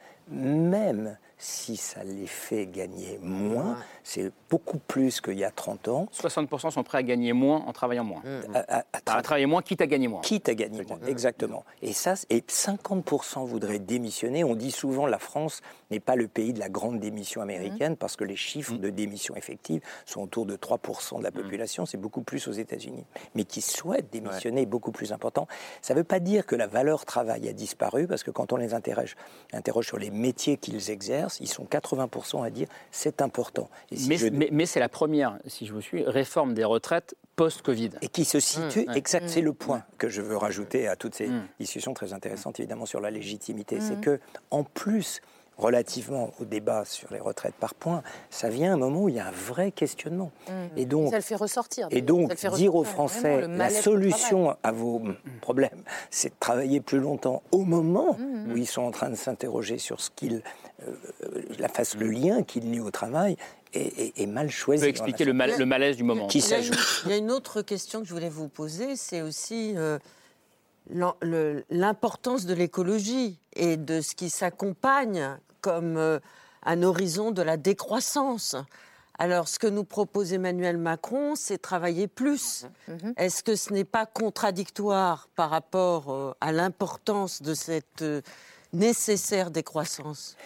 même si ça les fait gagner moins. C'est beaucoup plus qu'il y a trente ans. soixante pour cent sont prêts à gagner moins en travaillant moins. À, à- à À, à travailler moins, quitte à gagner moins. Quitte à gagner moins, exactement. Et ça, et cinquante pour cent voudraient démissionner. On dit souvent la France n'est pas le pays de la grande démission américaine parce que les chiffres de démission effective sont autour de trois pour cent de la population. C'est beaucoup plus aux États-Unis. Mais qui souhaitent démissionner est beaucoup plus important. Ça ne veut pas dire que la valeur travail a disparu parce que quand on les interroge, interroge sur les métiers qu'ils exercent, ils sont quatre-vingts pour cent à dire c'est important. Et si mais je- mais- mais c'est la première, si je vous suis, réforme des retraites post-Covid. Et qui se situe, Mmh. exact, Mmh. c'est le point que je veux rajouter à toutes ces Mmh. discussions très intéressantes, évidemment, sur la légitimité. Mmh. C'est que, en plus, relativement au débat sur les retraites par points, ça vient à un moment où il y a un vrai questionnement. Mmh. Et donc, ça le fait ressortir. et d'ailleurs. donc Ça le fait dire aux ressortir, Français, vraiment, le la mal-être au solution à vos problèmes, c'est de travailler plus longtemps au moment Mmh. où ils sont en train de s'interroger sur ce qu'ils, euh, la face, le lien qu'ils lient au travail, est, est- est mal choisi. On peut expliquer le, mal- le malaise du moment. Qui Il y, a une, s'ajoute. il y a une autre question que je voulais vous poser, c'est aussi euh, l'en- le- l'importance de l'écologie et de ce qui s'accompagne comme euh, un horizon de la décroissance. Alors, ce que nous propose Emmanuel Macron, c'est travailler plus. Mhm. Est-ce que ce n'est pas contradictoire par rapport euh, à l'importance de cette euh, nécessaire décroissance, Daniel ?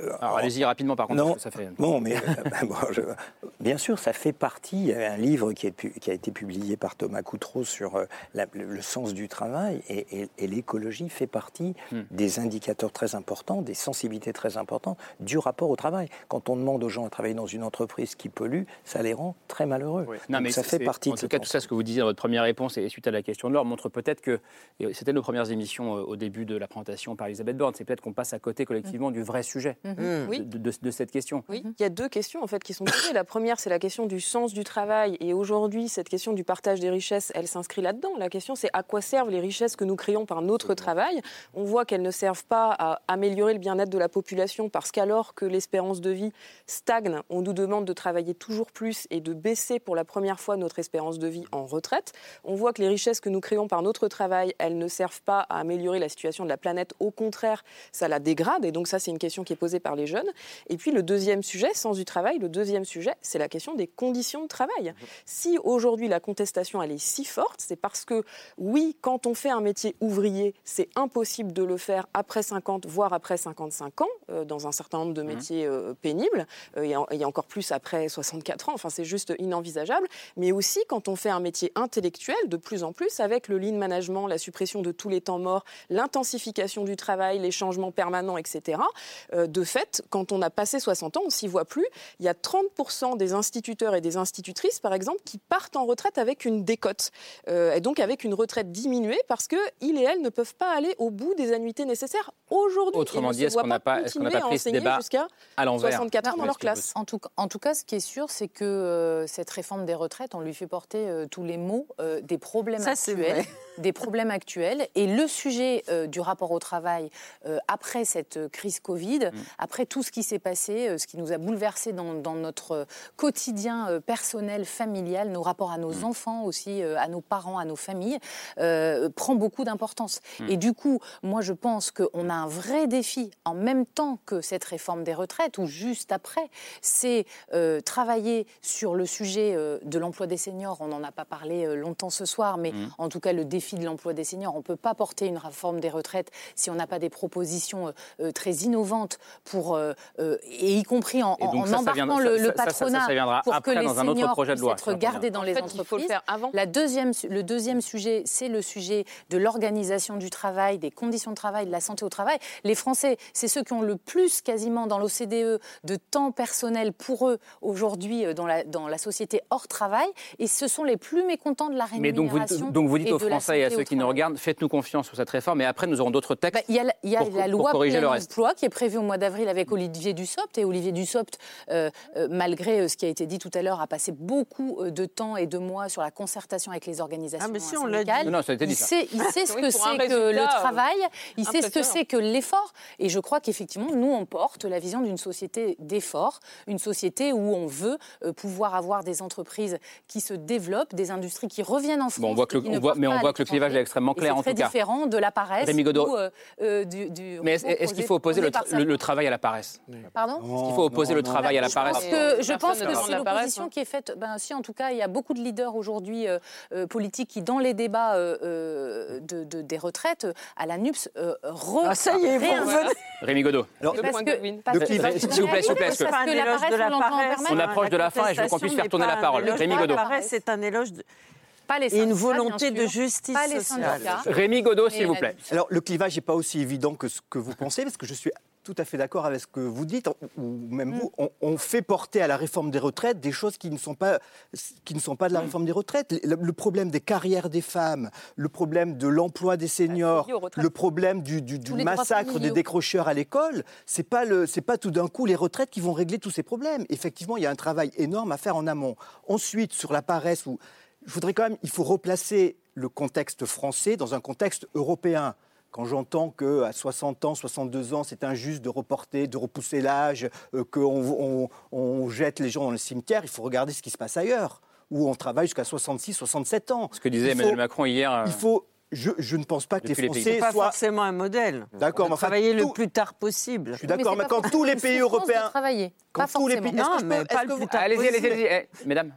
Alors allez-y rapidement par contre. Non, parce que ça fait... bon, mais ben, bon, je, bien sûr, ça fait partie. Il y a un livre qui, est, qui a été publié par Thomas Coutreau sur euh, la, le, le sens du travail et, et, et l'écologie fait partie hmm. des indicateurs très importants, des sensibilités très importantes du rapport au travail. Quand on demande aux gens à travailler dans une entreprise qui pollue, ça les rend très malheureux. Oui. Non, Donc, mais ça fait partie en de tout cas, tout ça, ce que vous disiez dans votre première réponse et suite à la question de l'or montre peut-être que, et c'était nos premières émissions au début de la présentation par Elisabeth Borne, c'est peut-être qu'on passe à côté collectivement mmh. du vrai sujet mmh. de, oui. de, de, de cette question. Oui, il y a deux questions en fait qui sont posées. La première, c'est la question du sens du travail. Et aujourd'hui, cette question du partage des richesses, elle s'inscrit là-dedans. La question, c'est à quoi servent les richesses que nous créons par notre travail. On voit qu'elles ne servent pas à améliorer le bien-être de la population parce qu'alors que l'espérance de vie stagne, on nous demande de travailler toujours plus et de baisser pour la première fois notre espérance de vie en retraite. On voit que les richesses que nous créons par notre travail, elles ne servent pas à améliorer la situation de la planète. Au contraire, ça la dégrade. Et donc ça, c'est une question qui est posée par les jeunes. Et puis le deuxième sujet, sens du travail, le deuxième sujet, c'est la question des conditions de travail. Si aujourd'hui la contestation, elle est si forte, c'est parce que, oui, quand on fait un métier ouvrier, c'est impossible de le faire après cinquante, voire après cinquante-cinq ans, euh, dans un certain nombre de métiers euh, pénibles, euh, et, en, et encore plus après soixante-quatre ans, enfin c'est juste inenvisageable. Mais aussi quand on fait un métier intellectuel, de plus en plus, avec le lean management, la suppression de tous les temps morts, l'intensification du travail, les changements permanents, et cetera. Euh, de fait, quand on a passé soixante ans, on ne s'y voit plus. Il y a trente pour cent des instituteurs et des institutrices, par exemple, qui partent en retraite avec une décote. Euh, et donc avec une retraite diminuée parce qu'ils et elles ne peuvent pas aller au bout des annuités nécessaires aujourd'hui. Autrement dit, est-ce qu'on n'a pas, est-ce qu'on n'a pas pris ce débat à l'envers soixante-quatre ans dans leur classe. En tout, en tout cas, ce qui est sûr, c'est que euh, cette réforme des retraites, on lui fait porter euh, tous les mots euh, des problèmes Ça, actuels. des problèmes actuels. Et le sujet euh, du rapport au travail, euh, après cette euh, crise Covid, mmh. après tout ce qui s'est passé, euh, ce qui nous a bouleversé dans, dans notre euh, quotidien euh, personnel, familial, nos rapports à nos mmh. enfants aussi, euh, à nos parents, à nos familles, euh, prend beaucoup d'importance. Mmh. Et du coup, moi, je pense qu'on a un vrai défi, en même temps que cette réforme des retraites, ou juste après, c'est euh, travailler sur le sujet euh, de l'emploi des seniors. On n'en a pas parlé euh, longtemps ce soir, mais mmh. en tout cas, le défi de l'emploi des seniors. On ne peut pas porter une réforme des retraites si on n'a pas des propositions euh, très innovantes pour, euh, euh, et y compris en, en ça, embarquant ça viendra, le, ça, le patronat ça, ça pour après, que les dans un seniors autre projet de loi, puissent être gardés dans en les fait, entreprises. Il faut le faire avant. La deuxième, le deuxième sujet, c'est le sujet de l'organisation du travail, des conditions de travail, de la santé au travail. Les Français, c'est ceux qui ont le plus quasiment dans l'O C D E de temps personnel pour eux aujourd'hui dans la, dans la société hors travail, et ce sont les plus mécontents de la rémunération. Mais donc vous, donc vous dites aux Français et à ceux qui nous regardent, faites-nous confiance sur cette réforme, et après nous aurons d'autres textes. Il bah, y a, y a pour, la loi corriger le reste. Emploi qui est prévue au mois d'avril avec Olivier Dussopt, et Olivier Dussopt, euh, euh, malgré ce qui a été dit tout à l'heure, a passé beaucoup de temps et de mois sur la concertation avec les organisations ah, mais si, on syndicales. Non, non, ça a été dit, il, sait, il sait ce oui, que c'est que le travail, il sait ce que c'est que l'effort, et je crois qu'effectivement, nous, on porte la vision d'une société d'effort, une société où on veut euh, pouvoir avoir des entreprises qui se développent, des industries qui reviennent en France. Bon, on voit que le, on voit, mais on voit que le clivage est extrêmement clair, en tout cas. C'est très différent de la paresse ou euh, euh, du, du... Mais est-ce, est-ce qu'il faut opposer le, le, le travail à la paresse? Pardon? Est-ce qu'il faut opposer non, le travail non, à la paresse? Je pense que, je pense que c'est l'opposition qui est faite. Ben, si, en tout cas, il y a beaucoup de leaders aujourd'hui euh, euh, politiques qui, dans les débats euh, de, de, des retraites, à la NUPS, euh, re... Ah, ça y est, vous revenez. Rémi Godot. Alors, parce que, parce que, s'il vous plaît, s'il vous plaît. Parce que pas un éloge de la paresse. On approche de la fin et je veux qu'on puisse faire tourner la parole. Rémi Godot. La paresse, c'est un éloge de... Pas les et une volonté de justice pas les sociale. Rémi Godot, s'il vous plaît. Alors, le clivage n'est pas aussi évident que ce que vous pensez, parce que je suis tout à fait d'accord avec ce que vous dites, ou même mm. vous, on, on fait porter à la réforme des retraites des choses qui ne sont pas, qui ne sont pas de la mm. réforme des retraites. Le, le problème des carrières des femmes, le problème de l'emploi des seniors, le problème du, du, du massacre des décrocheurs à l'école, c'est pas le, c'est pas tout d'un coup les retraites qui vont régler tous ces problèmes. Effectivement, il y a un travail énorme à faire en amont. Ensuite, sur la paresse, où, je voudrais quand même, il faut replacer le contexte français dans un contexte européen. Quand j'entends qu'à soixante ans, soixante-deux ans, c'est injuste de reporter, de repousser l'âge, euh, qu'on on, on jette les gens dans le cimetière, il faut regarder ce qui se passe ailleurs, où on travaille jusqu'à soixante-six, soixante-sept ans. Ce que disait il Emmanuel faut, Macron hier. Euh... Il faut... Je, je ne pense pas que les Français soient... C'est pas soient... forcément un modèle. D'accord, mais enfin, travailler tout... le plus tard possible. Je suis d'accord, mais, mais quand tous les pays européens... Travailler. Quand pas tous les pays... Non, est-ce que mais peux... pas est-ce le que plus tard allez-y, possible. allez-y, allez-y. Eh, mesdames.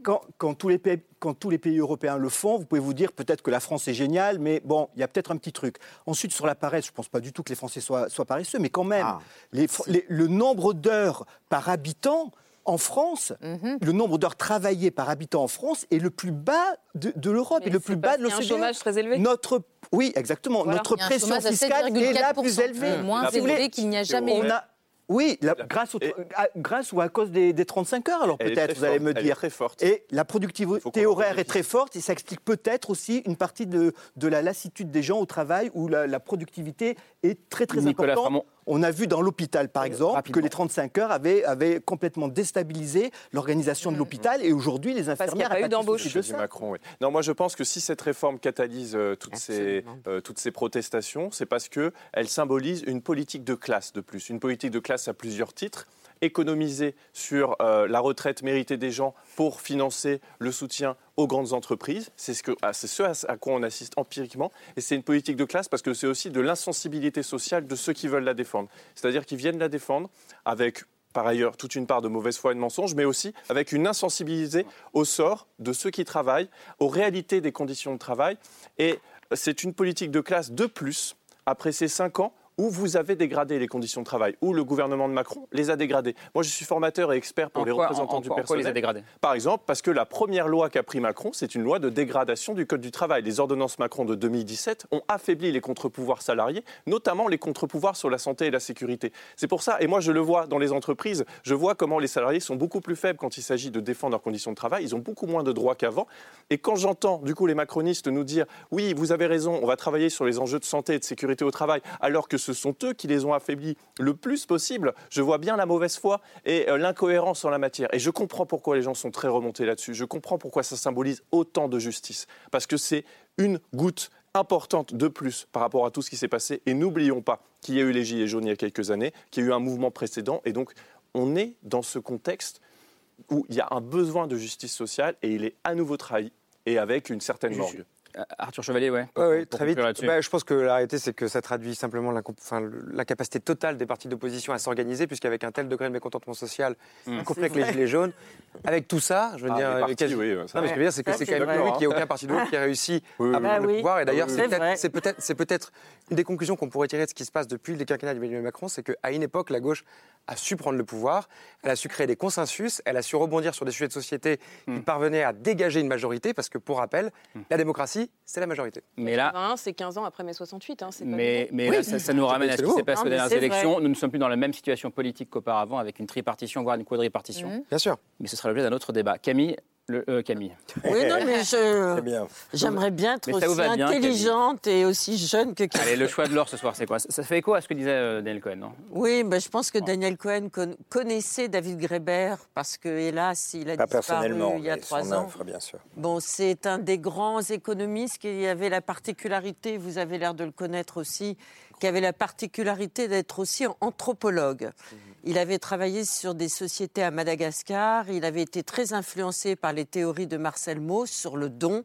quand, quand, tous les pays, quand tous les pays européens le font, vous pouvez vous dire peut-être que la France est géniale, mais bon, il y a peut-être un petit truc. Ensuite, sur la paresse, je ne pense pas du tout que les Français soient, soient paresseux, mais quand même, ah. les, les, le nombre d'heures par habitant en France, mm-hmm. le nombre d'heures travaillées par habitant en France est le plus bas de, de l'Europe et le plus bas de l'O C D E. Il y a un chômage très élevé. Notre, oui, exactement. Voilà. Notre pression fiscale est la plus élevée. Moins si élevée qu'il n'y a jamais on eu. A, oui, la, grâce, au, et, à, grâce ou à cause des, des trente-cinq heures, alors peut-être, vous allez me dire. Elle est très forte. Et la productivité horaire est très forte, et ça explique peut-être aussi une partie de, de la lassitude des gens au travail, où la, la productivité est très très Nicolas importante. Framont. On a vu dans l'hôpital, par exemple, Rapidement. que les trente-cinq heures avaient, avaient complètement déstabilisé l'organisation de l'hôpital, et aujourd'hui, les infirmières n'ont pas eu d'embauche de ça. Macron, oui. Non, moi, je pense que si cette réforme catalyse euh, toutes, ces, euh, toutes ces protestations, c'est parce qu'elle symbolise une politique de classe de plus. Une politique de classe à plusieurs titres. Économiser sur euh, la retraite méritée des gens pour financer le soutien aux grandes entreprises. C'est ce, que, ah, c'est ce à, à quoi on assiste empiriquement. Et c'est une politique de classe parce que c'est aussi de l'insensibilité sociale de ceux qui veulent la défendre. C'est-à-dire qu'ils viennent la défendre avec, par ailleurs, toute une part de mauvaise foi et de mensonge, mais aussi avec une insensibilité au sort de ceux qui travaillent, aux réalités des conditions de travail. Et c'est une politique de classe de plus, après ces cinq ans, où vous avez dégradé les conditions de travail, où le gouvernement de Macron les a dégradées. Moi, je suis formateur et expert pour en les quoi, représentants en, en, du en personnel. Quoi les a dégradés ? Par exemple, parce que la première loi qu'a pris Macron, c'est une loi de dégradation du Code du travail. Les ordonnances Macron de deux mille dix-sept ont affaibli les contre-pouvoirs salariés, notamment les contre-pouvoirs sur la santé et la sécurité. C'est pour ça, et moi je le vois dans les entreprises, je vois comment les salariés sont beaucoup plus faibles quand il s'agit de défendre leurs conditions de travail. Ils ont beaucoup moins de droits qu'avant. Et quand j'entends, du coup, les macronistes nous dire « Oui, vous avez raison, on va travailler sur les enjeux de santé et de sécurité au travail », alors que ce sont eux qui les ont affaiblis le plus possible, je vois bien la mauvaise foi et euh, l'incohérence en la matière. Et je comprends pourquoi les gens sont très remontés là-dessus. Je comprends pourquoi ça symbolise autant de justice. Parce que c'est une goutte importante de plus par rapport à tout ce qui s'est passé. Et n'oublions pas qu'il y a eu les Gilets jaunes il y a quelques années, qu'il y a eu un mouvement précédent. Et donc, on est dans ce contexte où il y a un besoin de justice sociale et il est à nouveau trahi et avec une certaine morgue. Arthur Chevalier, ouais. Oui, ouais, très vite. Bah, je pense que la réalité, c'est que ça traduit simplement l'incapacité totale des partis d'opposition à s'organiser, puisqu'avec un tel degré de mécontentement social, mmh. y compris avec les Gilets jaunes, avec tout ça, je veux ah, dire... Partis, quasi... oui, non, mais ce que je veux dire, c'est que ça, c'est quand même lui qu'il n'y a aucun parti de gauche qui a réussi oui, à prendre oui. le pouvoir. Et d'ailleurs, oui, c'est peut-être peut peut peut une des conclusions qu'on pourrait tirer de ce qui se passe depuis le quinquennat d'Emmanuel Macron, c'est qu'à une époque, la gauche a su prendre le pouvoir, elle a su créer des consensus, elle a su rebondir sur des sujets de société mmh. qui parvenaient à dégager une majorité, parce que, pour rappel, mmh. la démocratie, c'est la majorité. Mais là, c'est quinze ans après mai soixante-huit. Hein, mais mais oui. là, ça, ça nous ramène à ce qui s'est passé aux dernières élections. Vrai. Nous ne sommes plus dans la même situation politique qu'auparavant, avec une tripartition, voire une quadripartition. Mmh. Bien sûr. Mais ce sera l'objet d'un autre débat. Camille Le, euh, Camille. Oui, non, mais je, bien. j'aimerais bien être aussi bien, intelligente Camille. Et aussi jeune que Camille. Allez, le choix de l'or ce soir, c'est quoi ? Ça fait écho à ce que disait euh, Daniel Cohen, non ? Oui, bah, je pense que Daniel Cohen con- connaissait David Graeber, parce que, hélas, il a Pas disparu il y a trois ans. Œuvre, bien sûr. Bon, c'est un des grands économistes qui avait la particularité, vous avez l'air de le connaître aussi, qui avait la particularité d'être aussi anthropologue. Mmh. Il avait travaillé sur des sociétés à Madagascar, il avait été très influencé par les théories de Marcel Mauss sur le don,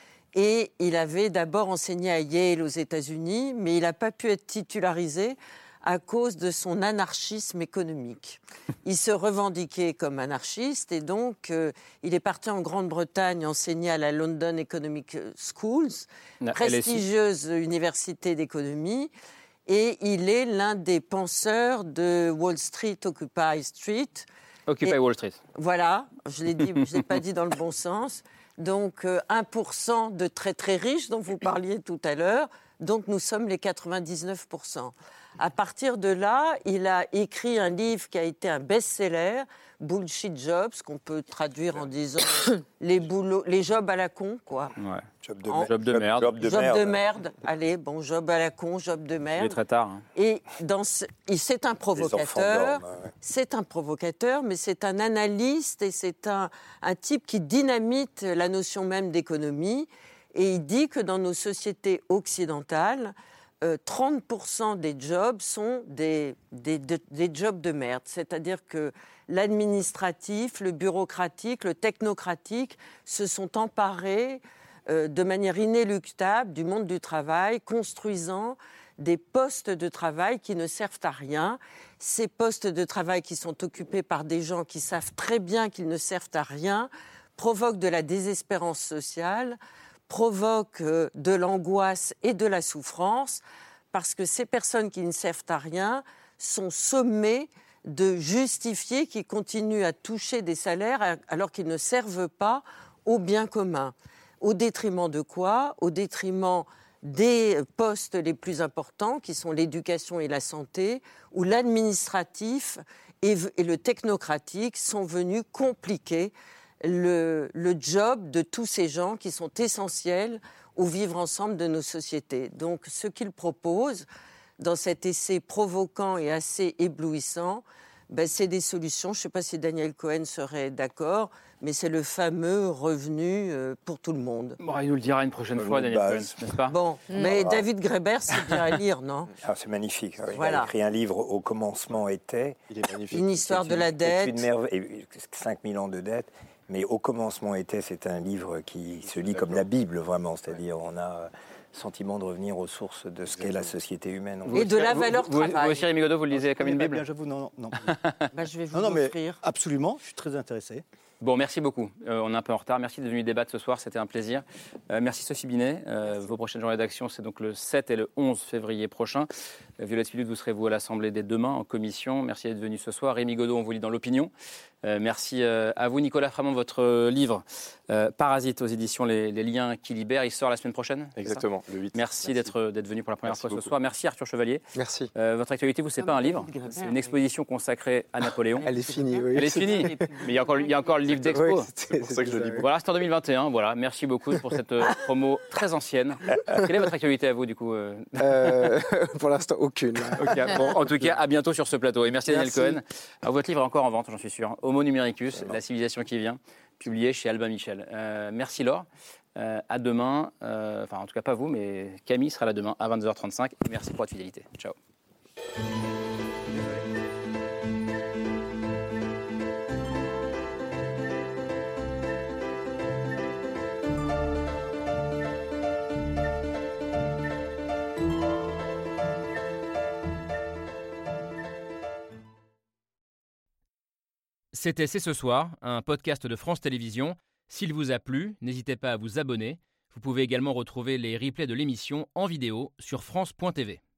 et il avait d'abord enseigné à Yale aux États-Unis, mais il n'a pas pu être titularisé à cause de son anarchisme économique. Il se revendiquait comme anarchiste, et donc euh, il est parti en Grande-Bretagne enseigner à la London Economic Schools, La prestigieuse L S I. université d'économie. Et il est l'un des penseurs de Wall Street, Occupy Street. Occupy et, Wall Street. Voilà, je l'ai dit, je l'ai pas dit dans le bon sens. Donc euh, un pour cent de très très riches dont vous parliez tout à l'heure. Donc nous sommes les quatre-vingt-dix-neuf pour cent. À partir de là, il a écrit un livre qui a été un best-seller, Bullshit Jobs, qu'on peut traduire en disant les boulots, les jobs à la con, quoi. Ouais. Job de, en... job de merde. Job de job merde. de merde. Allez, bon, job à la con, job de merde. Il est très tard. Hein. Et dans ce... c'est un provocateur. Ouais. C'est un provocateur, mais c'est un analyste et c'est un, un type qui dynamite la notion même d'économie. Et il dit que dans nos sociétés occidentales, euh, trente pour cent des jobs sont des, des, de, des jobs de merde. C'est-à-dire que l'administratif, le bureaucratique, le technocratique se sont emparés euh, de manière inéluctable du monde du travail, construisant des postes de travail qui ne servent à rien. Ces postes de travail qui sont occupés par des gens qui savent très bien qu'ils ne servent à rien provoque de la désespérance sociale, provoque euh, de l'angoisse et de la souffrance, parce que ces personnes qui ne servent à rien sont sommées de justifier qu'ils continuent à toucher des salaires alors qu'ils ne servent pas au bien commun. Au détriment de quoi ? Au détriment des postes les plus importants, qui sont l'éducation et la santé, où l'administratif et, et le technocratique sont venus compliquer le, le job de tous ces gens qui sont essentiels au vivre ensemble de nos sociétés. Donc, ce qu'il propose dans cet essai provoquant et assez éblouissant, ben, c'est des solutions. Je ne sais pas si Daniel Cohen serait d'accord, mais c'est le fameux revenu euh, pour tout le monde. Bon, il nous le dira une prochaine fois, Daniel Cohen, n'est-ce pas ? Bon, mmh. mais ah. David Graeber, c'est bien à lire, non ? Ah, c'est magnifique. Il voilà. a écrit un livre, Au commencement était. Il est magnifique. Une histoire c'est de une, la dette. Une merveille, cinq mille ans de dette. Mais Au commencement était, c'est un livre qui se lit comme la Bible, vraiment. C'est-à-dire, on a sentiment de revenir aux sources de ce qu'est la société humaine. Et de la valeur vous, travail. Vous aussi, Rémi Godot, vous le lisez comme une Bible ? Bien, j'avoue, non, non. bah, je vais vous non, non, l'offrir. Absolument, je suis très intéressé. Bon, merci beaucoup. Euh, on est un peu en retard. Merci d'être venu débattre ce soir, c'était un plaisir. Euh, merci Sophie Binet. Euh, vos prochaines journées d'action, c'est donc le sept et le onze février prochain. Euh, Violette Fillud, vous serez vous à l'Assemblée dès demain en commission. Merci d'être venu ce soir. Rémi Godot, on vous lit dans l'opinion. Euh, merci euh, à vous, Nicolas Framont, votre euh, livre euh, Parasite aux éditions les, les liens qui libèrent. Il sort la semaine prochaine. Exactement, le huit. Merci, merci. D'être, d'être venu pour la première merci fois beaucoup. Ce soir. Merci Arthur Chevalier. Merci. Euh, votre actualité, vous, c'est pas un livre, c'est une exposition consacrée à Napoléon. Elle est finie, oui. Elle est finie. Mais il y a encore, il y a encore le livre d'expo. Oui, c'est pour ça que je le lis. Voilà, c'est en deux mille vingt et un. Voilà, merci beaucoup pour cette euh, promo très ancienne. Quelle est votre actualité à vous, du coup euh... Euh, Pour l'instant, aucune. Okay, bon, en tout cas, à bientôt sur ce plateau. Et merci, merci. Daniel Cohen. Alors, votre livre est encore en vente, j'en suis sûr. Homo Numericus, la civilisation qui vient, publié chez Albin Michel. Euh, merci Laure. Euh, à demain. Euh, enfin, en tout cas, pas vous, mais Camille sera là demain à vingt-deux heures trente-cinq. Et merci pour votre fidélité. Ciao. C'était C'est ce soir, un podcast de France Télévisions. S'il vous a plu, n'hésitez pas à vous abonner. Vous pouvez également retrouver les replays de l'émission en vidéo sur France point T V.